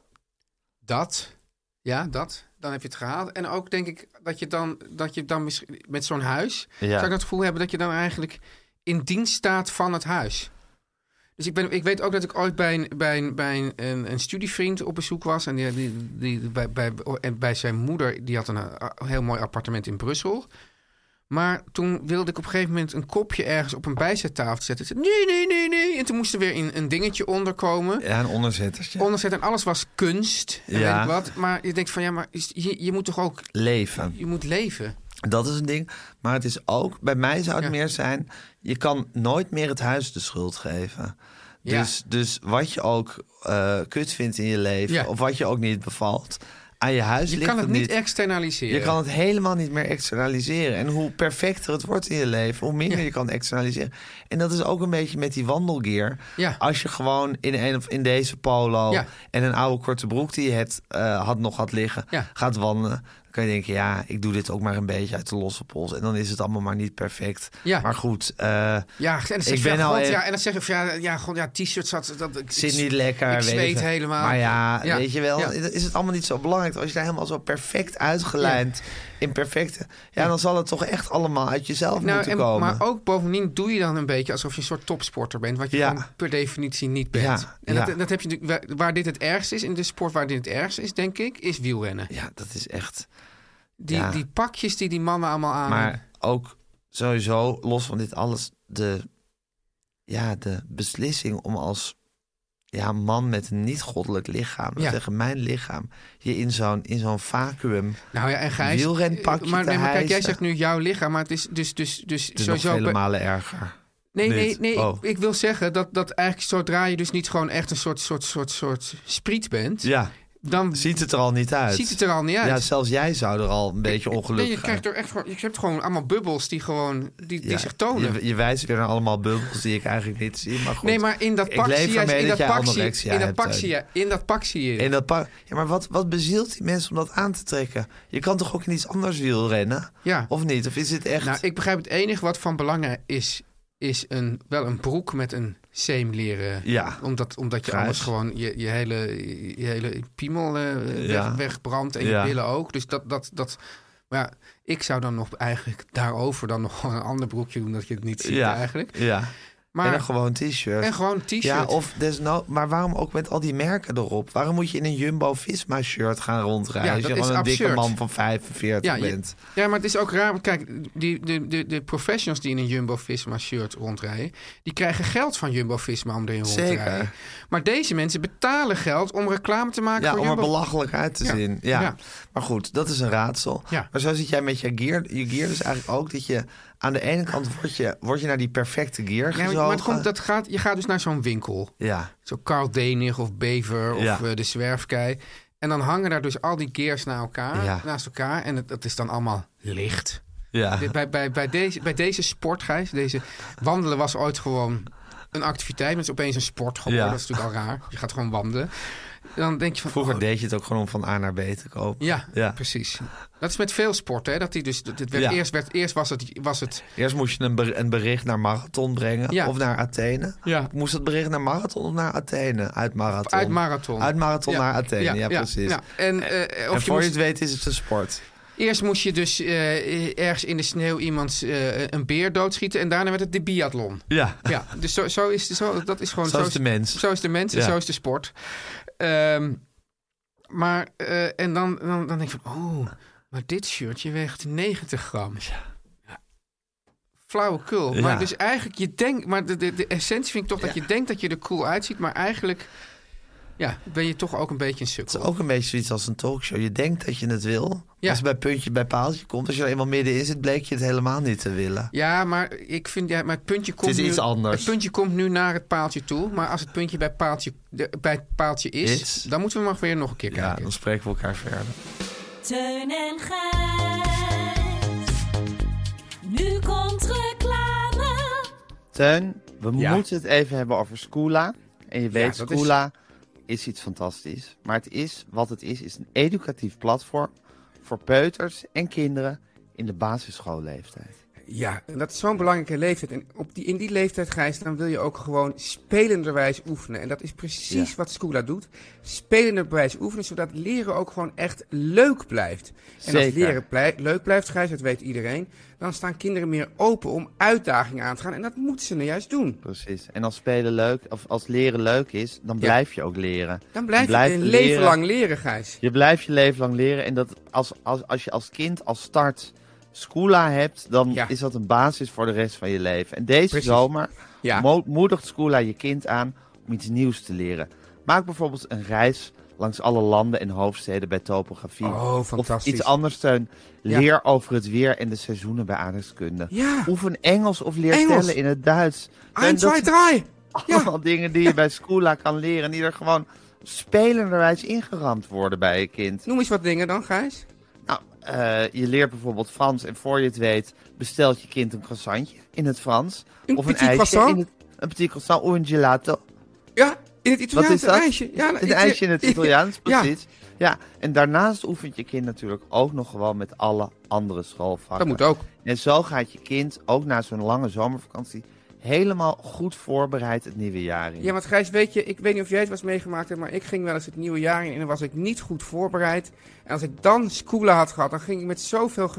Dan heb je het gehaald. En ook denk ik dat je dan misschien met zo'n huis... zou ik het gevoel hebben dat je dan eigenlijk in dienst staat van het huis. Dus ik weet ook dat ik ooit bij een studievriend op bezoek was. En bij zijn moeder, die had een heel mooi appartement in Brussel. Maar toen wilde ik op een gegeven moment een kopje ergens op een bijzettafel zetten. Ik zei, nee. En toen moest er weer een dingetje onderkomen. Ja, een onderzettertje. En alles was kunst. En weet ik wat. Maar je denkt van, maar je moet toch ook... leven. Je moet leven. Dat is een ding. Maar het is ook, bij mij zou het meer zijn... je kan nooit meer het huis de schuld geven. Dus wat je ook kut vindt in je leven... of wat je ook niet bevalt... aan je huis ligt je kan het niet niet externaliseren. Je kan het helemaal niet meer externaliseren. En hoe perfecter het wordt in je leven... hoe minder je kan externaliseren. En dat is ook een beetje met die wandelgear. Ja. Als je gewoon in deze polo... en een oude korte broek die je had liggen... gaat wandelen... dan kan je denken, ik doe dit ook maar een beetje uit de losse pols. En dan is het allemaal maar niet perfect. Ja. Maar goed, en dan zeg en dan zeg je, t-shirt zit niet lekker. Ik zweet helemaal. Maar weet je wel, is het allemaal niet zo belangrijk. Als je daar helemaal zo perfect uitgelijnd in perfecte... dan zal het toch echt allemaal uit jezelf moeten komen. Maar ook bovendien doe je dan een beetje alsof je een soort topsporter bent. Wat je gewoon per definitie niet bent. Dat heb je natuurlijk, waar dit het ergste is, in de sport waar dit het ergste is, denk ik, is wielrennen. Ja, dat is echt... Die pakjes die mannen allemaal aan. Maar ook sowieso, los van dit alles, de beslissing om als man met een niet-goddelijk lichaam, tegen mijn lichaam, je in zo'n vacuüm en Gijs, wielrenpakje maar kijk, jij zegt nu jouw lichaam, maar het is dus het is sowieso... nog vele malen erger. Nee, ik wil zeggen dat eigenlijk zodra je dus niet gewoon echt een soort spriet bent... Ja. Dan ziet het er al niet uit. Ja, zelfs jij zou er al een beetje ongelukkig zijn. Je hebt gewoon allemaal bubbels die zich tonen. Je wijst weer naar allemaal bubbels die ik eigenlijk niet zie. Maar goed, nee, maar in dat pak zie je. Maar wat bezielt die mensen om dat aan te trekken? Je kan toch ook in iets anders wielrennen? Ja. Of niet? Of is het echt... Nou, ik begrijp het enige wat van belang is wel een broek met een seemleren. Ja. Omdat je anders gewoon je hele piemel wegbrandt en je billen ook. Dus dat maar ik zou dan nog eigenlijk daarover dan nog een ander broekje doen dat je het niet ziet eigenlijk. Ja. Maar, en een gewoon t-shirt. En gewoon een t-shirt. Ja, of maar waarom ook met al die merken erop? Waarom moet je in een Jumbo-Visma-shirt gaan rondrijden als je gewoon een dikke man van 45 bent? Ja, maar het is ook raar. Want kijk, de professionals die in een Jumbo-Visma-shirt rondrijden, die krijgen geld van Jumbo-Visma om erin rond te rijden. Maar deze mensen betalen geld om reclame te maken voor Jumbo. Om er belachelijk uit te zien. Ja. Maar goed, dat is een raadsel. Ja. Maar zo zit jij met je gear dus eigenlijk ook dat je aan de ene kant word je naar die perfecte gear gezogen. Maar je gaat dus naar zo'n winkel. Ja. Zo Karl Denig of Bever of de Zwerfkei. En dan hangen daar dus al die gears naast elkaar. En dat is dan allemaal licht. Ja. Bij deze sport, Gijs, deze wandelen was ooit gewoon een activiteit. Het is opeens een sport geworden. Ja. Dat is natuurlijk al raar. Je gaat gewoon wandelen. Dan denk je van, vroeger deed je het ook gewoon om van A naar B te kopen. Ja, precies. Dat is met veel sporten. Hè? Dat die dus, eerst was het... Eerst moest je een bericht naar Marathon brengen of naar Athene. Ja. Moest het bericht naar Marathon of naar Athene? Uit Marathon. Uit Marathon naar Athene, precies. Ja. En voor je het weet is het een sport. Eerst moest je dus ergens in de sneeuw een beer doodschieten en daarna werd het de biathlon. Ja. Dus dat is gewoon... Zo is de mens. Zo is de mens en zo is de sport. Maar dan denk ik van, maar dit shirtje weegt 90 gram. Ja. Flauwekul. Ja. Maar dus eigenlijk, je denkt, maar de essentie vind ik toch dat je denkt dat je er cool uitziet, maar eigenlijk ben je toch ook een beetje een sukkel. Het is ook een beetje zoiets als een talkshow. Je denkt dat je het wil. Ja. Als het bij puntje bij paaltje komt, als je er eenmaal middenin zit, bleek je het helemaal niet te willen. Ja, maar ik vind, maar het puntje komt het is iets anders. Het puntje komt nu naar het paaltje toe. Maar als het puntje bij het paaltje is, dan moeten we maar weer nog een keer kijken. Ja, dan spreken we elkaar verder. Teun en Gijs. Nu komt reclame. Teun, we moeten het even hebben over Schoola. En je weet, Schoola is iets fantastisch. Maar het is een educatief platform voor peuters en kinderen in de basisschoolleeftijd. Ja, en dat is zo'n belangrijke leeftijd. En in die leeftijd, Gijs, dan wil je ook gewoon spelenderwijs oefenen. En dat is precies wat Schoola doet. Spelenderwijs oefenen, zodat leren ook gewoon echt leuk blijft. En als leren leuk blijft, Gijs, dat weet iedereen, dan staan kinderen meer open om uitdagingen aan te gaan. En dat moeten ze nou juist doen. Precies. En als spelen leuk, of als leren leuk is, dan blijf je ook leren. Dan blijf je een leven lang leren, Gijs. Je blijft je leven lang leren. En dat als je als kind als start Schoola hebt, dan is dat een basis voor de rest van je leven. En deze zomer moedigt Schoola je kind aan om iets nieuws te leren. Maak bijvoorbeeld een reis langs alle landen en hoofdsteden bij topografie. Oh, fantastisch. Of iets anders, Teun. Leer over het weer en de seizoenen bij aardrijkskunde. Ja. Oefen Engels of leer tellen in het Duits. 1, 2, 3. Allemaal dingen die je bij Schoola kan leren. Die er gewoon spelenderwijs ingeramd worden bij je kind. Noem eens wat dingen dan, Gijs. Nou, je leert bijvoorbeeld Frans en voor je het weet bestelt je kind een croissantje in het Frans. Of een ijsje. Een petit croissant of een gelato. Ja, in het Italiaans een ijsje. Ja, een ijsje in het Italiaans, precies. Ja, en daarnaast oefent je kind natuurlijk ook nog gewoon met alle andere schoolvakken. Dat moet ook. En zo gaat je kind ook na zo'n lange zomervakantie helemaal goed voorbereid het nieuwe jaar in. Ja, want Gijs, weet je, ik weet niet of jij het was meegemaakt hebt, maar ik ging wel eens het nieuwe jaar in en dan was ik niet goed voorbereid. En als ik dan Schoola had gehad, dan ging ik met zoveel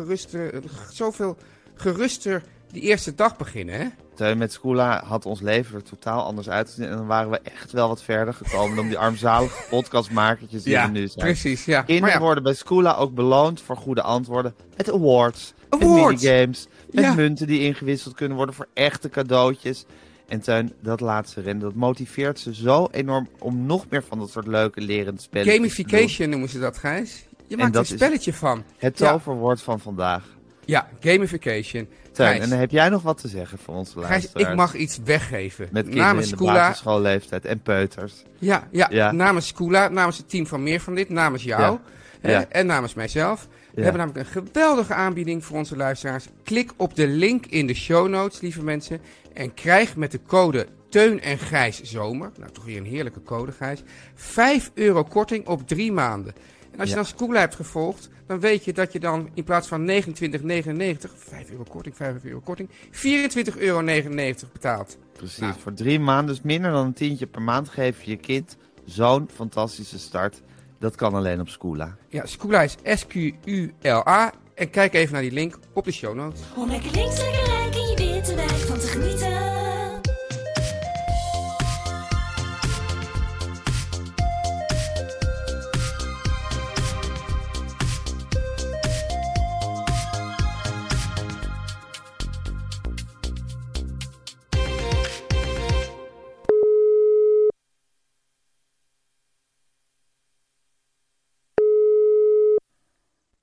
geruster die eerste dag beginnen, hè? Met Schoola had ons leven er totaal anders uitgezien. En dan waren we echt wel wat verder gekomen dan die armzalige podcastmakertjes die we nu zijn. Precies, ja. Kinderen worden bij Schoola ook beloond voor goede antwoorden met awards. Met minigames, met munten die ingewisseld kunnen worden voor echte cadeautjes. En Teun, dat laatste rennen, dat motiveert ze zo enorm om nog meer van dat soort leuke lerende spelletjes Gamification noemen ze dat, Gijs. Je maakt er een spelletje van. Het toverwoord van vandaag. Ja, gamification. Teun, en dan heb jij nog wat te zeggen voor onze luisteraars? Gijs, ik mag iets weggeven. Met kinderen in de basisschoolleeftijd en peuters. Ja. Namens Schoola, namens het team van Meer van Dit, namens jou en namens mijzelf. We hebben namelijk een geweldige aanbieding voor onze luisteraars. Klik op de link in de show notes, lieve mensen. En krijg met de code Teun en Gijs Zomer, nou toch weer een heerlijke code, Gijs, €5 korting op 3 maanden. En als je dan Schoola hebt gevolgd, dan weet je dat je dan in plaats van €29,99, €5 korting, €24,99 betaalt. Precies, voor 3 maanden, dus minder dan een tientje per maand, geef je je kind zo'n fantastische start. Dat kan alleen op Schoola. Ja, Schoola is SQULA. En kijk even naar die link op de show notes. Om lekker links, lekker rijk in je witte wijk van te genieten.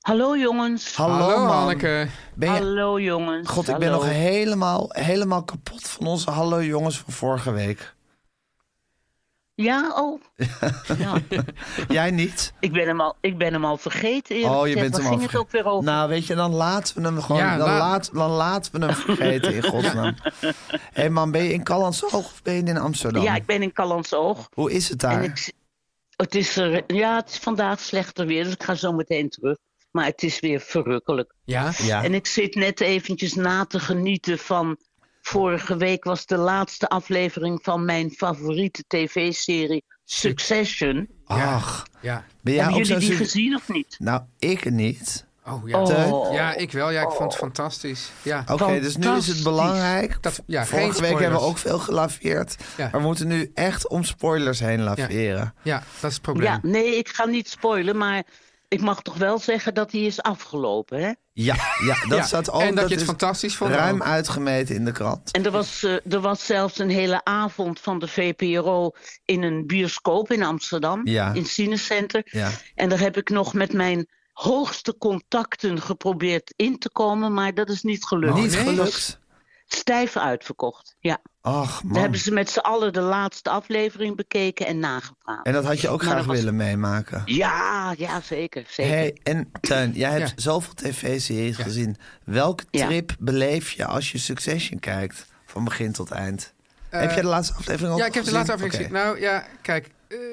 Hallo jongens. Hallo man. Hanneke. Hallo jongens. God, ik ben nog helemaal kapot van onze hallo jongens van vorige week. Ja, oh. Ja. Jij niet? Ik ben hem al vergeten. Oh, je bent hem al vergeten. Het ook weer over? Nou, weet je, dan laten we hem gewoon. Ja, dan laten we hem vergeten in godsnaam. Hé man, ben je in Callantsoog of ben je in Amsterdam? Ja, ik ben in Callantsoog. Hoe is het daar? Het is vandaag slechter weer, dus ik ga zo meteen terug. Maar het is weer verrukkelijk. Ja? En ik zit net eventjes na te genieten van... Vorige week was de laatste aflevering van mijn favoriete tv-serie Succession. Ach. Ja. Hebben jullie die gezien of niet? Nou, ik niet. Oh ja. Ja, ik wel. Ja, ik vond het fantastisch. Ja. Oké, dus nu is het belangrijk. Vorige week hebben we ook veel gelaveerd. Ja. Maar we moeten nu echt om spoilers heen laveren. Ja, dat is het probleem. Ja, nee, ik ga niet spoilen, maar ik mag toch wel zeggen dat hij is afgelopen, hè? Ja, dat staat ook. En dat je het fantastisch vond. Ruim uitgemeten in de krant. En er was zelfs een hele avond van de VPRO in een bioscoop in Amsterdam, in Cinecenter. Ja. En daar heb ik nog met mijn hoogste contacten geprobeerd in te komen, maar dat is niet gelukt. Niet gelukt? Stijf uitverkocht, ja. Ach, man. Daar hebben ze met z'n allen de laatste aflevering bekeken en nagepraat. En dat had je ook graag willen meemaken? Ja, zeker. Hey, en Teun, jij hebt zoveel tv-series gezien. Welke trip beleef je als je Succession kijkt? Van begin tot eind. Heb jij de laatste aflevering ook gezien? Ja, ik heb de laatste aflevering gezien. Nou ja, kijk...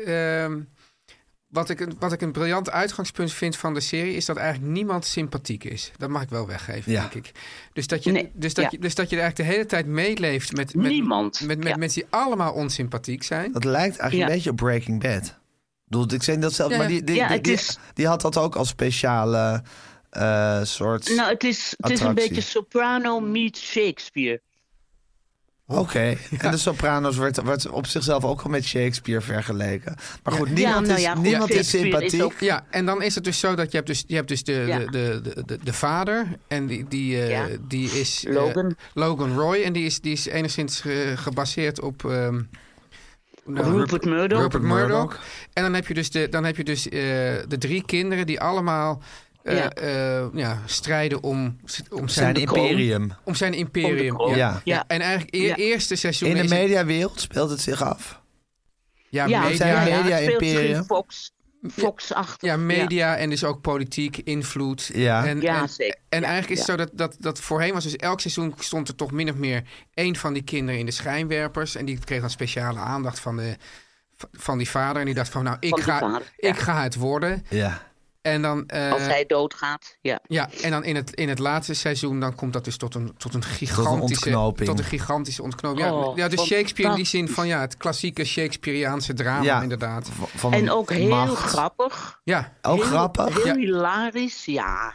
Wat ik een briljant uitgangspunt vind van de serie... is dat eigenlijk niemand sympathiek is. Dat mag ik wel weggeven, denk ik. Dus dat je eigenlijk de hele tijd meeleeft met mensen die allemaal onsympathiek zijn. Dat lijkt eigenlijk een beetje op Breaking Bad. Ik zei dat zelf, maar die had dat ook als speciale soort Nou, het is een beetje Soprano meets Shakespeare. Oké. En de Sopranos wordt op zichzelf ook al met Shakespeare vergeleken. Maar goed, niemand is sympathiek. Ja, en dan is het dus zo dat je hebt dus de vader. En die is Logan Roy. En die is enigszins gebaseerd op... Rupert Murdoch. En dan heb je dus de 3 kinderen die allemaal... strijden om zijn imperium. Om zijn imperium. Ja. En eigenlijk eerste seizoen... In de mediawereld speelt het zich af. Media imperium. Fox-achtig. Ja, media en dus ook politiek, invloed. Ja. En eigenlijk is het zo dat voorheen was dus elk seizoen stond er toch min of meer 1 van die kinderen in de schijnwerpers. En die kreeg dan speciale aandacht van die vader. En die dacht van, nou, ik ga het worden. Ja. En dan, als hij doodgaat, Ja, en dan in het laatste seizoen... dan komt dat dus tot een gigantische ontknoping. Ja, dus Shakespeare in die zin van het klassieke Shakespeareaanse drama, inderdaad. En ook heel grappig. Ja. Ook grappig. Heel hilarisch, ja.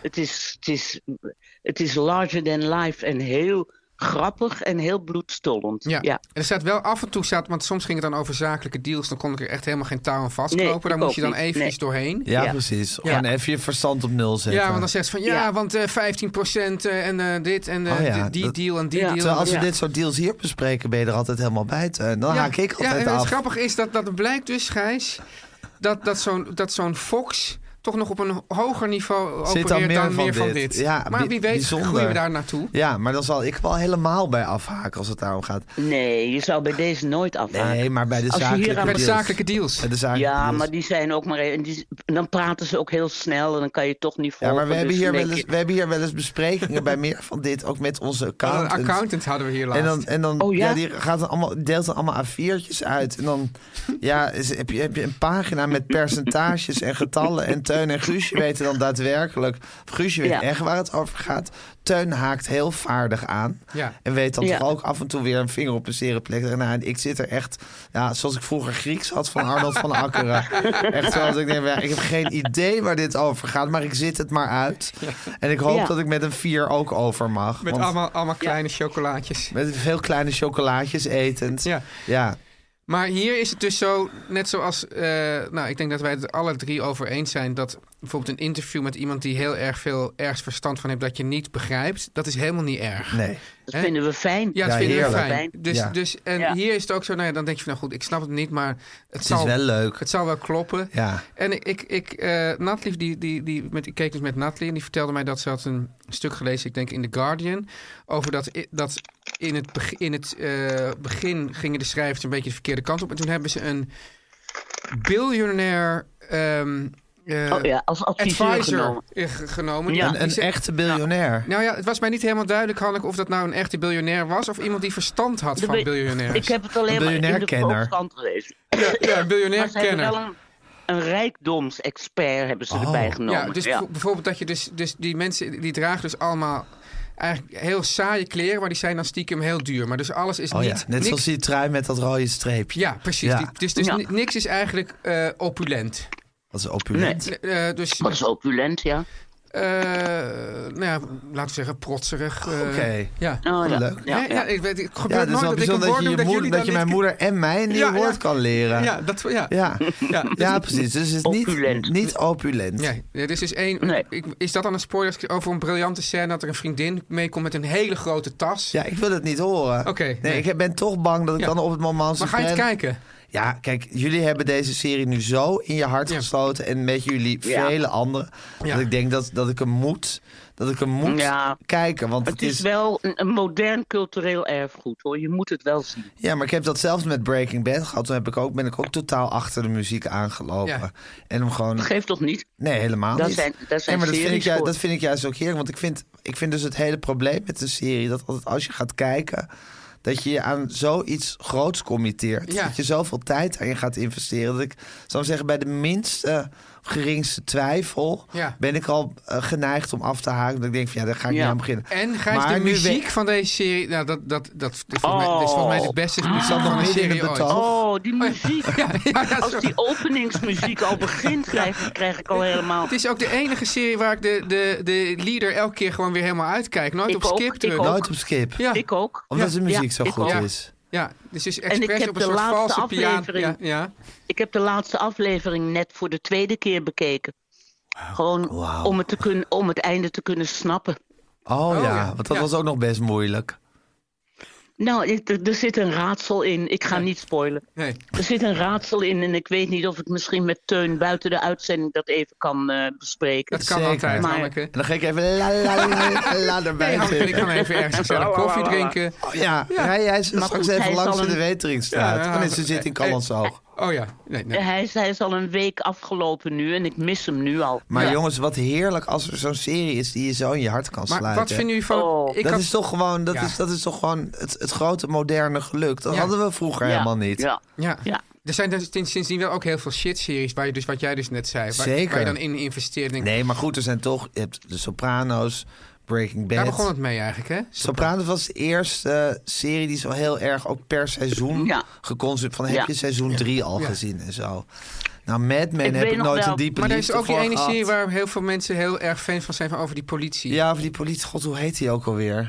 Het is larger than life en heel... grappig en heel bloedstollend. Ja. En er staat wel af en toe, want soms ging het dan over zakelijke deals. Dan kon ik er echt helemaal geen touw aan vastknopen. Daar moest je dan eventjes doorheen. Ja, precies. Gewoon even je verstand op nul zetten. Ja, want dan zegt ze van want 15% en dit en die deal en die deal. Terwijl als we dit soort deals hier bespreken, ben je er altijd helemaal bij. Dan haak ik altijd af. Het grappige is dat het blijkt dus, Gijs, dat zo'n Fox... toch nog op een hoger niveau opereert dan meer van dit. Ja, maar wie weet groeien we daar naartoe. Ja, maar dan zal ik wel helemaal bij afhaken als het daarom gaat. Nee, je zou bij deze nooit afhaken. Nee, maar bij de zakelijke deals. Maar die zijn ook maar... dan praten ze ook heel snel en dan kan je toch niet volgen. Ja, maar we hebben hier wel eens besprekingen bij meer van dit. Ook met onze accountant. Een accountant hadden we hier laatst. En dan die deelt dan allemaal A4'tjes uit. En dan heb je een pagina met percentages en getallen en Teun en Guusje weten dan daadwerkelijk... Guusje weet echt waar het over gaat. Teun haakt heel vaardig aan. Ja. En weet dan toch ook af en toe weer een vinger op een zere plek. Nou, ik zit er echt... Ja, zoals ik vroeger Grieks had van Arnold van Akkeren. Echt zoals ik denk, ik heb geen idee waar dit over gaat. Maar ik zit het maar uit. Ja. En ik hoop dat ik met een 4 ook over mag. Met allemaal kleine chocolaatjes. Met veel kleine chocolaatjes etend. Ja. Maar hier is het dus zo, net zoals... ik denk dat wij het alle 3 over eens zijn... dat bijvoorbeeld een interview met iemand die heel erg veel ergens verstand van heeft dat je niet begrijpt. Dat is helemaal niet erg. Nee. Dat vinden we fijn. Ja, dat vinden we fijn. Ja. Dus hier is het ook zo, nou ja, dan denk je van, nou goed, ik snap het niet, maar het is wel leuk. Het zal wel kloppen. Ja. En Nathalie, ik keek dus met Nathalie en die vertelde mij dat ze had een stuk gelezen, ik denk in The Guardian, over dat in het begin gingen de schrijvers een beetje de verkeerde kant op. En toen hebben ze een biljonair als advisor genomen. Ja. Een echte biljonair. Nou ja, het was mij niet helemaal duidelijk, Hanneke, of dat nou een echte biljonair was of iemand die verstand had van biljonairs. Ik heb het alleen maar in de Volkskrant gelezen. Ja, een biljonair kenner. Een rijkdomsexpert hebben ze erbij genomen. Ja, dus bijvoorbeeld dat je dus die mensen, die dragen dus allemaal eigenlijk heel saaie kleren, maar die zijn dan stiekem heel duur. Maar dus alles is niet... Net zoals die trui met dat rode streepje. Ja, precies. Ja. Dus niks is eigenlijk opulent. Wat is opulent? Wat is opulent, ja. Nou ja, laten we zeggen, protserig. Oké. Ja. Leuk. Ja, ik weet, het gebeurt nooit dat ik een woord noem dat je mijn moeder en mij een nieuw woord kan leren. Ja, precies. Dus het is niet opulent. Nee, dit is dus is dat dan een spoiler over een briljante scène dat er een vriendin meekomt met een hele grote tas? Ja, ik wil het niet horen. Oké. Nee, ik ben toch bang dat ik dan op het moment... Maar ga je het kijken? Ja, kijk, jullie hebben deze serie nu zo in je hart gesloten. En met jullie vele anderen. Dat ik denk dat ik hem moet kijken. Want het is wel een modern cultureel erfgoed, hoor. Je moet het wel zien. Ja, maar ik heb dat zelfs met Breaking Bad gehad. Toen ben ik ook totaal achter de muziek aangelopen. Ja. En hem gewoon... Dat geeft toch niet? Nee, helemaal niet. Dat vind ik juist ook heerlijk. Want ik vind dus het hele probleem met een serie... dat altijd als je gaat kijken... dat je je aan zoiets groots committeert. Ja. Dat je zoveel tijd aan je gaat investeren. Dat ik zou zeggen, bij de minste of geringste twijfel... ben ik al geneigd om af te haken. Dat ik denk van, daar ga ik niet aan beginnen. En Gijs, de muziek van deze serie... Nou, dat is volgens mij de beste muziek van de serie ooit. Oh, die muziek. Als die openingsmuziek al begint, krijg ik al helemaal... Het is ook de enige serie waar ik de leader elke keer gewoon weer helemaal uitkijk. Nooit op skip drukken. Nooit op skip. Ja. Ik ook. Omdat de muziek zo goed is. Ja, dus expres op een soort valse piano. Ja. Ik heb de laatste aflevering net voor de tweede keer bekeken. Gewoon om het einde te kunnen snappen. Want dat was ook nog best moeilijk. Nou, er zit een raadsel in. Ik ga niet spoilen. Nee. Er zit een raadsel in en ik weet niet of ik misschien met Teun buiten de uitzending dat even kan bespreken. Dat kan altijd, Hanneke. En dan ga ik even la erbij zitten. Ik kan even ergens gezellig koffie drinken. Hij is straks even langs de Weteringstraat. Tenminste, zit in Callantsoog. Oh ja. Nee. Hij is al een week afgelopen nu en ik mis hem nu al. Maar jongens, wat heerlijk als er zo'n serie is die je zo in je hart kan sluiten. Maar wat vinden jullie van... Dat is toch gewoon het grote moderne geluk. Dat hadden we vroeger helemaal niet. Ja. Er zijn sindsdien wel ook heel veel shit-series waar je dus, wat jij dus net zei, waar je dan in investeert. Nee, maar goed, je hebt de Sopranos, Breaking Bad. Daar begon het mee eigenlijk, hè? Sopranos was de eerste serie die zo heel erg ook per seizoen geconsumeerd. Heb je seizoen 3 al gezien en zo? Nou, Mad Men heb ik nooit een diepe liefde voor. Maar er is ook die ene serie waar heel veel mensen heel erg fan van zijn, van over die politie. Ja, over die politie. God, hoe heet die ook alweer?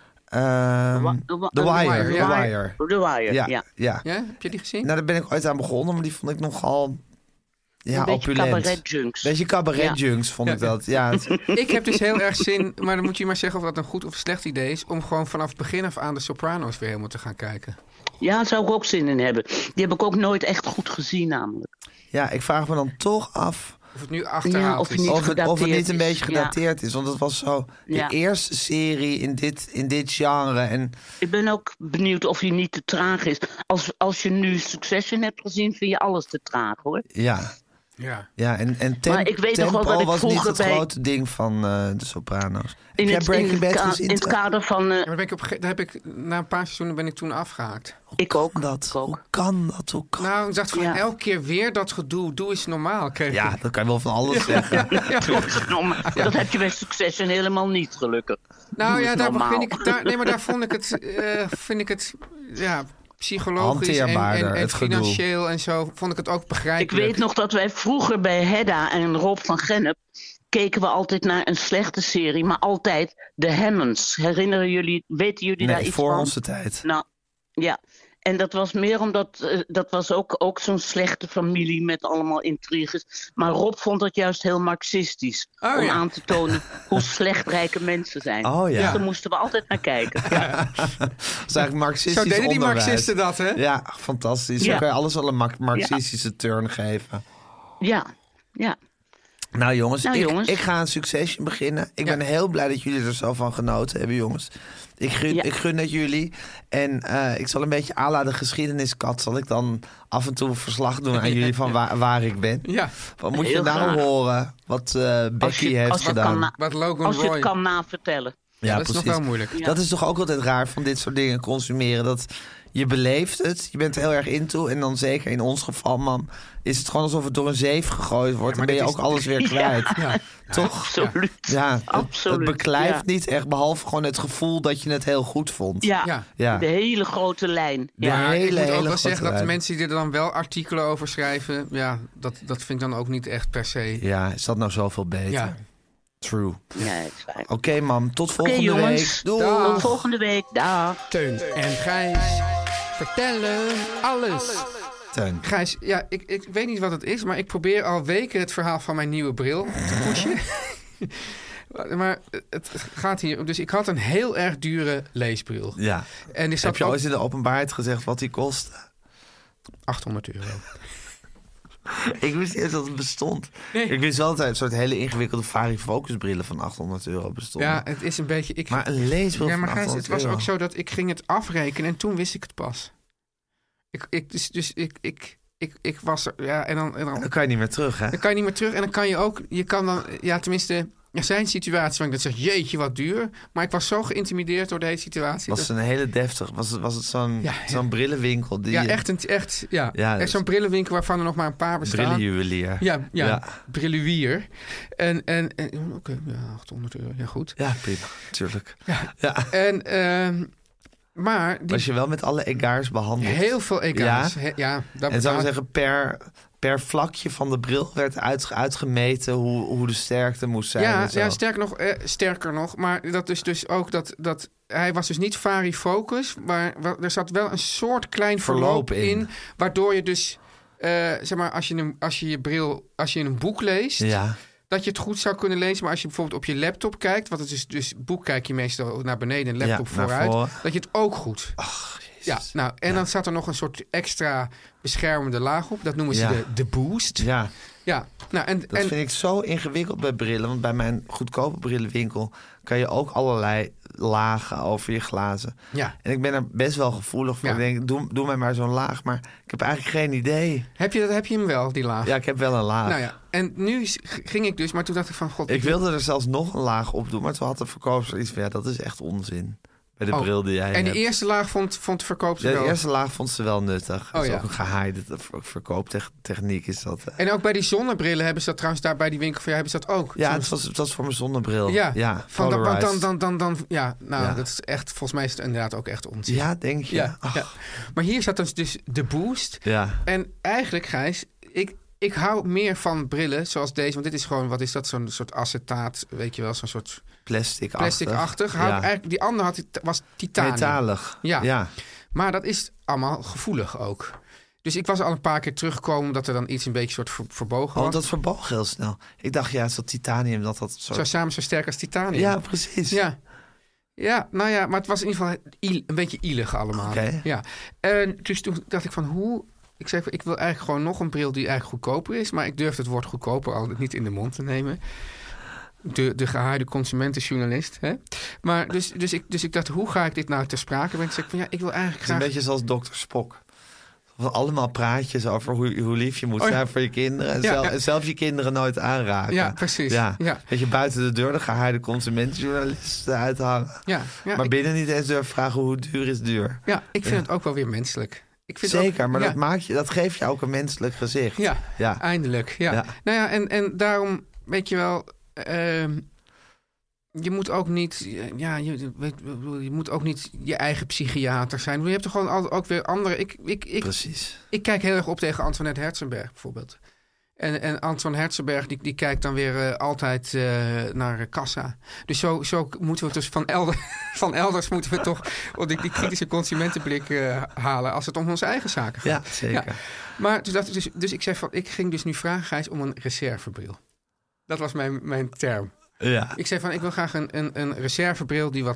The Wire. Ja, heb je die gezien? Nou, daar ben ik ooit aan begonnen, maar die vond ik nogal... Ja, cabaret-junks. Beetje cabaret-junks vond ik dat. Ja. Ik heb dus heel erg zin, maar dan moet je maar zeggen of dat een goed of slecht idee is, om gewoon vanaf het begin af aan de Sopranos weer helemaal te gaan kijken. Ja, daar zou ik ook zin in hebben. Die heb ik ook nooit echt goed gezien namelijk. Ja, ik vraag me dan toch af... Of het nu achterhaald is. Of het niet een beetje gedateerd is. Want het was zo de eerste serie in dit genre. En... Ik ben ook benieuwd of hij niet te traag is. Als je nu Succession hebt gezien, vind je alles te traag, hoor. Ja, en tempo was niet het grote ding van de Sopranos. In het kader van... na een paar seizoenen ben ik toen afgehaakt. Ik ook. Hoe kan dat? Nou, ik dacht van elke keer weer dat gedoe. Doe eens normaal. Dat kan je wel van alles zeggen. Dat heb je bij Succession helemaal niet, gelukkig. Nou ja, daar begin ik... daar vind ik het psychologisch en financieel en zo vond ik het ook begrijpelijk. Ik weet nog dat wij vroeger bij Hedda en Rob van Gennep keken we altijd naar een slechte serie, maar altijd de Hammonds. Weten jullie daar iets van? Voor onze tijd. Nou, ja. En dat was meer omdat, dat was ook zo'n slechte familie met allemaal intriges. Maar Rob vond dat juist heel marxistisch. Om aan te tonen hoe slecht rijke mensen zijn. Oh, ja. Dus daar moesten we altijd naar kijken. Ja. Dat is eigenlijk marxistisch Zo deden die onderwijs. marxisten dat, hè? Ja, fantastisch. Ja. Dan kan je alles wel een marxistische turn geven. Ja. Nou jongens, ik ga aan Succession beginnen. Ik ben heel blij dat jullie er zo van genoten hebben, jongens. Ik gun het jullie. En ik zal een beetje à la de geschiedeniskat... zal ik dan af en toe verslag doen aan jullie van waar ik ben. Ja. Wat moet je nou horen wat Becky heeft gedaan? Wat Logan Als je Roy... het kan navertellen. Ja, dat is nog wel moeilijk. Ja. Dat is toch ook altijd raar van dit soort dingen consumeren. Dat je beleeft het, je bent er heel erg into. En dan zeker in ons geval, mam, is het gewoon alsof het door een zeef gegooid wordt. Ja, dan ben je ook alles weer kwijt. Ja. Toch? Absoluut. Ja, Absoluut. het beklijft niet echt, behalve gewoon het gevoel dat je het heel goed vond. Ja. De hele grote lijn. Ja, ik moet ook wel grote zeggen dat de lijn. mensen die er dan wel artikelen over schrijven... ja, dat vind ik dan ook niet echt per se... Ja, is dat nou zoveel beter? Ja. True. Ja, het is waar. Oké, mam, tot volgende jongens. week. Doei. Tot volgende week. Dag. Teun en Gijs vertellen alles. Teun. Gijs, ja, ik weet niet wat het is... maar ik probeer al weken het verhaal van mijn nieuwe bril te pushen. Maar het gaat hier... Dus ik had een heel erg dure leesbril. Ja. En Heb je ooit in de openbaarheid gezegd wat die kostte? €800. Ik wist niet eens dat het bestond. Nee. Ik wist wel dat er een soort hele ingewikkelde Varifocus brillen van €800 bestonden. Ja, het is een beetje... Maar een leesbril Ja, van maar Gijs, €800. het was ook zo dat ik ging het afrekenen en toen wist ik het pas. Ik was er, ja, en dan kan je niet meer terug, hè? Dan kan je niet meer terug en dan kan je ook, je kan dan, ja, tenminste, er zijn situaties waar ik dat zeg, jeetje, wat duur. Maar ik was zo geïntimideerd door deze situatie. Was het een hele deftig, was het zo'n brillenwinkel? Die ja, echt zo'n brillenwinkel waarvan er nog maar een paar bestaan. Brillenjuwelier. Ja. Brilluier. En oké, ja, €800, ja goed. Ja, prima, natuurlijk. Ja. En... maar was je wel met alle egaars behandeld? Heel veel egaars. Ja? En zou ik zeggen, per vlakje van de bril werd uitgemeten hoe de sterkte moest zijn. Ja, sterker nog. Maar dat is dus ook dat hij was dus niet varifocus, maar er zat wel een soort klein verloop in, waardoor je dus, zeg maar, als je een boek leest. Ja. Dat je het goed zou kunnen lezen. Maar als je bijvoorbeeld op je laptop kijkt... want het is dus boek kijk je meestal naar beneden... en laptop vooruit... dat je het ook goed... Ach, jezus. Ja, nou, en dan staat er nog een soort extra beschermende laag op. Dat noemen ze de boost. Ja. Ja, nou, dat vind ik zo ingewikkeld bij brillen. Want bij mijn goedkope brillenwinkel... kan je ook allerlei lagen over je glazen. Ja. En ik ben er best wel gevoelig voor. Ja. Ik denk, doe mij maar zo'n laag. Maar ik heb eigenlijk geen idee. Heb je hem wel, die laag? Ja, ik heb wel een laag. Nou ja, en nu ging ik dus... maar toen dacht ik van... God, ik wilde er zelfs nog een laag op doen. Maar toen had de verkoopster iets van... ja, dat is echt onzin. Bij de bril die jij hebt. En de eerste laag vond de verkoopster wel... De eerste laag vond ze wel nuttig. Dat is ook een gehaaide verkooptechniek is dat. En ook bij die zonnebrillen hebben ze dat trouwens... daar bij die winkel van jou hebben ze dat ook. Ja, het was voor mijn zonnebril. Ja, dat is echt... volgens mij is het inderdaad ook echt onzin. Ja, denk je? Ja. Maar hier staat dus de boost. Ja. En eigenlijk, Gijs... Ik hou meer van brillen zoals deze. Want dit is gewoon, wat is dat? Zo'n soort acetaat, weet je wel? Zo'n soort... Plastic-achtig. Eigenlijk, die andere was titanium. Metalig. Ja. Maar dat is allemaal gevoelig ook. Dus ik was al een paar keer teruggekomen... dat er dan iets een beetje soort verbogen was. Dat verboog heel snel. Ik dacht juist dat titanium dat Zo samen zo sterk als titanium. Ja, precies. Ja, nou ja, maar het was in ieder geval een beetje ielig allemaal. Okay. Ja. En dus toen dacht ik van hoe... Ik zei, ik wil eigenlijk gewoon nog een bril die eigenlijk goedkoper is. Maar ik durf het woord goedkoper al niet in de mond te nemen. De gehaaide consumentenjournalist. Hè? Maar dus ik dacht, hoe ga ik dit nou ter sprake brengen? Dus ik van, ik wil eigenlijk graag... Het is een beetje zoals Dr. Spock. Allemaal praatjes over hoe lief je moet zijn voor je kinderen. En zelf je kinderen nooit aanraken. Ja, precies. Ja. Dat je buiten de deur de gehaaide consumentenjournalist uithangen. Maar binnen niet eens durft vragen hoe duur is duur. Ja, ik vind het ook wel weer menselijk. Zeker, maar dat geeft je ook een menselijk gezicht. Ja. Eindelijk. Ja. Nou ja, en daarom, weet je wel... je moet ook niet... je moet ook niet je eigen psychiater zijn. Je hebt er gewoon ook weer andere... Precies. Ik kijk heel erg op tegen Antoinette Herzenberg bijvoorbeeld. En Anton Herzenberg, die kijkt dan weer altijd naar kassa. Dus zo moeten we dus van elders moeten we toch die kritische consumentenblik halen als het om onze eigen zaken gaat. Ja, zeker. Ja. Maar dus ik zeg ik ging dus nu vragen, Gijs, om een reservebril. Dat was mijn term. Ja. Ik zei ik wil graag een reservebril die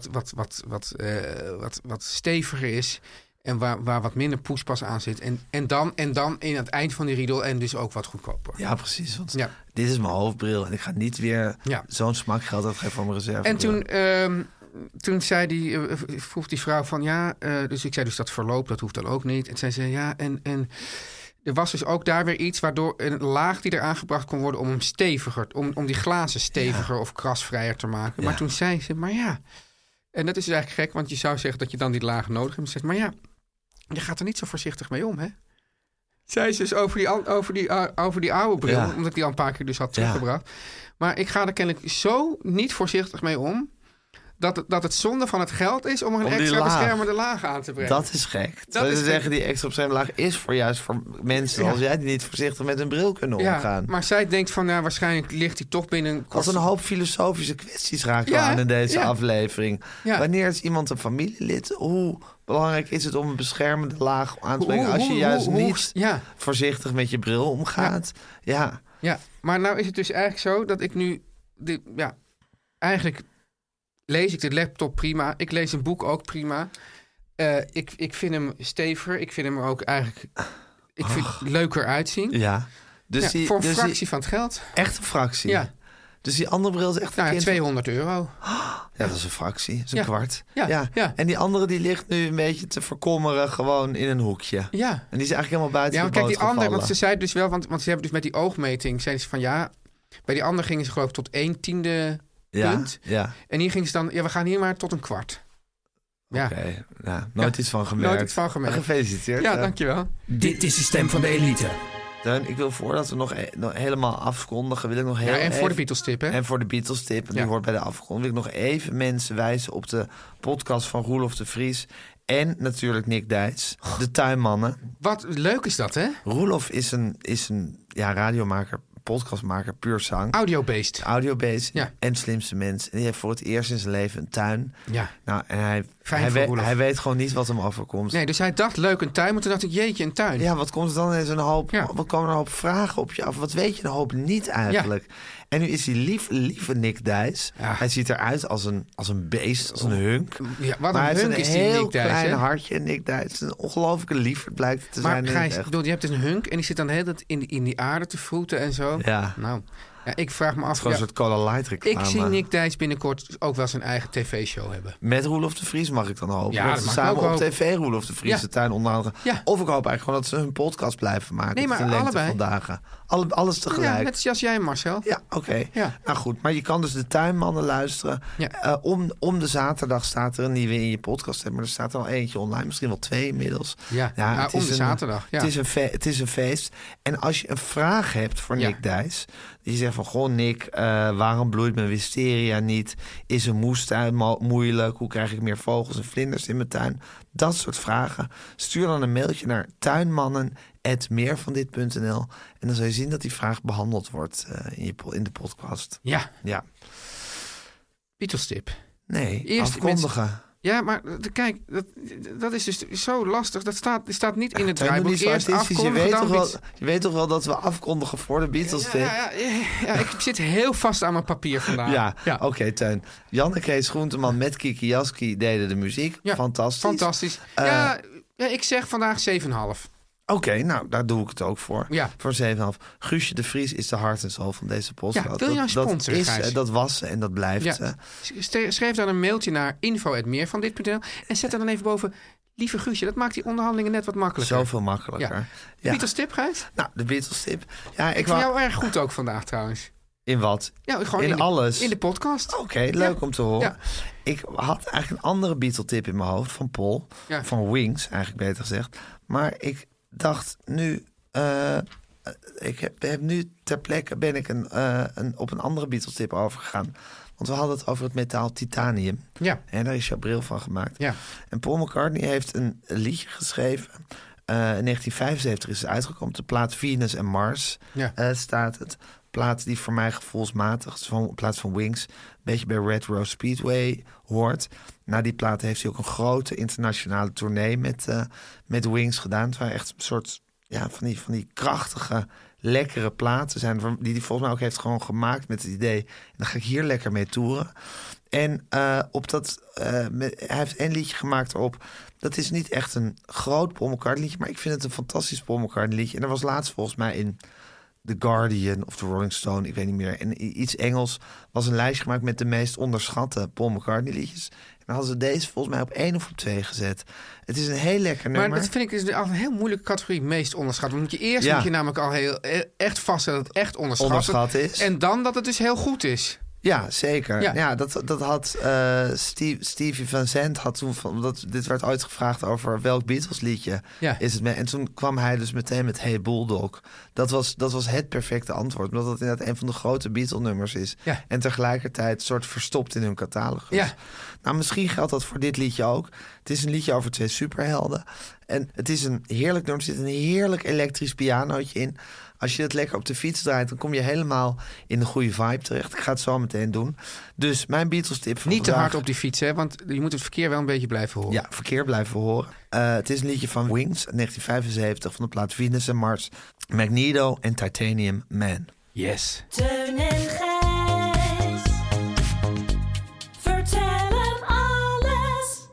wat steviger is. En waar wat minder poespas aan zit. En dan in het eind van die riedel en dus ook wat goedkoper. Ja, precies. Want dit is mijn hoofdbril. En ik ga niet weer zo'n smakgeld uitgeven voor mijn reservebril. En toen vroeg die vrouw van dus ik zei dus dat verloop, dat hoeft dan ook niet. En zei ze en er was dus ook daar weer iets waardoor een laag die er aangebracht kon worden om hem steviger, om die glazen steviger of krasvrijer te maken. Ja. Maar toen zei ze, en dat is dus eigenlijk gek, want je zou zeggen dat je dan die laag nodig hebt. Zegt, je gaat er niet zo voorzichtig mee om, hè? Zei ze dus over die oude bril, omdat ik die al een paar keer dus had teruggebracht. Maar ik ga er kennelijk zo niet voorzichtig mee om, dat het zonde van het geld is om er een extra beschermende laag aan te brengen. Dat is gek. Ze zeggen die extra beschermende laag is juist voor mensen als jij die niet voorzichtig met een bril kunnen omgaan. Maar zij denkt van waarschijnlijk ligt hij toch binnen... Als een hoop filosofische kwesties raken aan in deze aflevering. Ja. Wanneer is iemand een familielid? Hoe belangrijk is het om een beschermende laag aan te brengen als je juist niet voorzichtig met je bril omgaat? Ja, maar nou is het dus eigenlijk zo dat ik nu... eigenlijk... lees ik de laptop prima. Ik lees een boek ook prima. Ik vind hem steviger. Ik vind hem ook eigenlijk... Ik vind het leuker uitzien. Ja. Dus voor een fractie van het geld. Echt een fractie? Ja. Dus die andere bril is echt... €200. Ja, dat is een fractie. Dat is een kwart. Ja. En die andere die ligt nu een beetje te verkommeren gewoon in een hoekje. Ja. En die is eigenlijk helemaal buiten de boot kijk, die andere... gevallen. Want ze zei dus wel... Want ze hebben dus met die oogmeting... zeiden ze van bij die andere gingen ze geloof ik tot 1/10... punt. Ja. En hier ging ze dan... we gaan hier maar tot een kwart. Ja. Oké. Nooit iets van gemerkt. Nooit iets van gemerkt. Gefeliciteerd. Ja, dankjewel. Dit is de stem van de elite. Teun, ik wil voordat we nog helemaal afkondigen... wil ik nog heel en voor de Beatles-tip, hè? En voor de Beatles-tip. En die hoort bij de afkondiging. Wil ik nog even mensen wijzen op de podcast van Roelof de Vries... en natuurlijk Nick Dijs, de Tuinmannen. Wat leuk is dat, hè? Roelof is een radiomaker... podcastmaker, puur zang. Audio-based. En slimste mens. En die heeft voor het eerst in zijn leven een tuin. Ja. Nou, en hij weet gewoon niet wat hem overkomt. Nee, dus hij dacht, leuk, een tuin. Maar toen dacht ik, jeetje, een tuin. Ja, wat komt er dan eens een hoop... Ja. Wat komen er een hoop vragen op je af? Wat weet je een hoop niet eigenlijk? Ja. En nu is die lieve Nick Dijs. Ja. Hij ziet eruit als een beest, als een hunk. Ja, wat een hunk is die Nick Dijs. Hij heeft een heel klein hartje, Nick Dijs. Een ongelofelijke liefde blijkt het te zijn. Maar Gijs, je hebt dus een hunk en die zit dan de hele tijd in die aarde te vroeten en zo. Ja. Nou, ik vraag me af... Gewoon een soort Cola Light reclame. Ik zie Nick Dijs binnenkort ook wel zijn eigen tv-show hebben. Met Roelof de Vries mag ik dan hopen. Ja, dat samen op tv Roelof de Vries de tuin onderhandelen. Ja. Of ik hoop eigenlijk gewoon dat ze hun podcast blijven maken. Nee, maar allebei. Vandaag. Alles tegelijk. Ja, net zoals jij, Marcel. Ja, oké. Ja. Nou goed, maar je kan dus de Tuinmannen luisteren. Ja. Om de zaterdag staat er een nieuwe in je podcast. Maar er staat er al eentje online. Misschien wel 2 inmiddels. Ja, om de zaterdag. Ja. Het is een feest. En als je een vraag hebt voor Nick Dijs... die zegt van, goh Nick, waarom bloeit mijn wisteria niet? Is een moestuin moeilijk? Hoe krijg ik meer vogels en vlinders in mijn tuin? Dat soort vragen. Stuur dan een mailtje naar tuinmannen@meervandit.nl en dan zal je zien dat die vraag behandeld wordt in de podcast. Ja. Beatles-tip. Nee, eerst afkondigen. Ja, maar kijk, dat is dus zo lastig. Dat staat niet in het draaiboek. Eerst afkondigen, je weet toch wel dat we afkondigen voor de Beatles. Ja, ik zit heel vast aan mijn papier vandaag. Ja. Oké, Teun. Jan en Kees Groenteman met Kiki Jaski deden de muziek. Ja, fantastisch. Ik zeg vandaag 7,5. Oké, nou, daar doe ik het ook voor. Ja. Voor 7,5. Guusje de Vries is de hart en ziel van deze podcast. Ja, wil je een sponsor, Gijs? Dat was en dat blijft. Ja. Schrijf dan een mailtje naar info@meervandit.nl en zet er dan even boven... Lieve Guusje, dat maakt die onderhandelingen net wat makkelijker. Zoveel makkelijker. Ja. De Beatles-tip, Gijs? Nou, de Beatles-tip. Ja, ik vond jou erg goed ook vandaag trouwens. In wat? Ja, gewoon in alles? In de podcast. Oké, leuk om te horen. Ja. Ik had eigenlijk een andere Beatle-tip in mijn hoofd van Paul. Ja. Van Wings, eigenlijk beter gezegd. Maar ik dacht nu... ter plekke ben ik op een andere Beatles-tip overgegaan. Want we hadden het over het metaal titanium. Ja. En daar is jouw bril van gemaakt. Ja. En Paul McCartney heeft een liedje geschreven... In 1975 is het uitgekomen. Op de plaat Venus en Mars staat het. Plaat die voor mij gevoelsmatig, in plaats van Wings, een beetje bij Red Rose Speedway hoort. Na die plaat heeft hij ook een grote internationale tournee met Wings gedaan. Het waren echt een soort van die krachtige, lekkere platen zijn, die hij volgens mij ook heeft gewoon gemaakt met het idee, dan ga ik hier lekker mee toeren. En hij heeft een liedje gemaakt erop. Dat is niet echt een groot Paul McCartney liedje, maar ik vind het een fantastisch Paul McCartney liedje. En er was laatst volgens mij in The Guardian of The Rolling Stone, ik weet niet meer. En iets Engels was een lijstje gemaakt met de meest onderschatte Paul McCartney liedjes. En dan hadden ze deze volgens mij op 1 of op 2 gezet. Het is een heel lekker nummer. Maar dat vind ik al een heel moeilijke categorie, meest onderschat. Want moet je namelijk al echt vaststellen dat het echt onderschat is. En dan dat het dus heel goed is. Ja, zeker. Ja, dat had Stevie Van Zandt had toen dit werd ooit gevraagd over welk Beatles liedje is het mee. En toen kwam hij dus meteen met Hey Bulldog. Dat was het perfecte antwoord, omdat het inderdaad een van de grote Beatle-nummers is. Ja. En tegelijkertijd een soort verstopt in hun catalogus. Ja. Nou, misschien geldt dat voor dit liedje ook. Het is een liedje over 2 superhelden. En het is een heerlijk nummer. Er zit een heerlijk elektrisch pianootje in. Als je het lekker op de fiets draait, dan kom je helemaal in de goede vibe terecht. Ik ga het zo meteen doen. Dus mijn Beatles-tip van Niet vandaag... te hard op die fiets, hè? Want je moet het verkeer wel een beetje blijven horen. Ja, verkeer blijven horen. Het is een liedje van Wings, 1975, van de plaat Venus en Mars. Magneto en Titanium Man. Yes. Teun en Gijs. Vertel hem alles.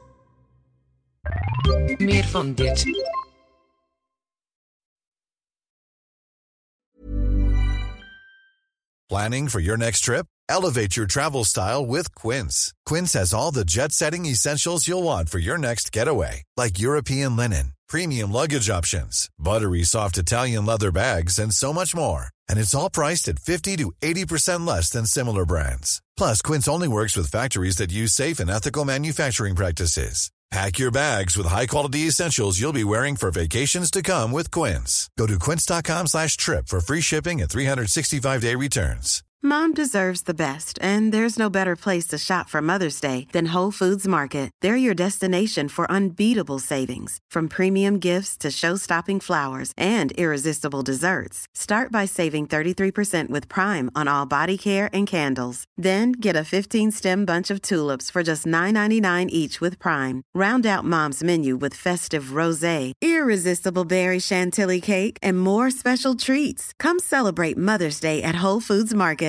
Meer van dit. Planning for your next trip? Elevate your travel style with Quince. Quince has all the jet-setting essentials you'll want for your next getaway, like European linen, premium luggage options, buttery soft Italian leather bags, and so much more. And it's all priced at 50 to 80% less than similar brands. Plus, Quince only works with factories that use safe and ethical manufacturing practices. Pack your bags with high-quality essentials you'll be wearing for vacations to come with Quince. Go to quince.com/trip for free shipping and 365-day returns. Mom deserves the best, and there's no better place to shop for Mother's Day than Whole Foods Market. They're your destination for unbeatable savings, from premium gifts to show-stopping flowers and irresistible desserts. Start by saving 33% with Prime on all body care and candles. Then get a 15-stem bunch of tulips for just $9.99 each with Prime. Round out Mom's menu with festive rosé, irresistible berry chantilly cake, and more special treats. Come celebrate Mother's Day at Whole Foods Market.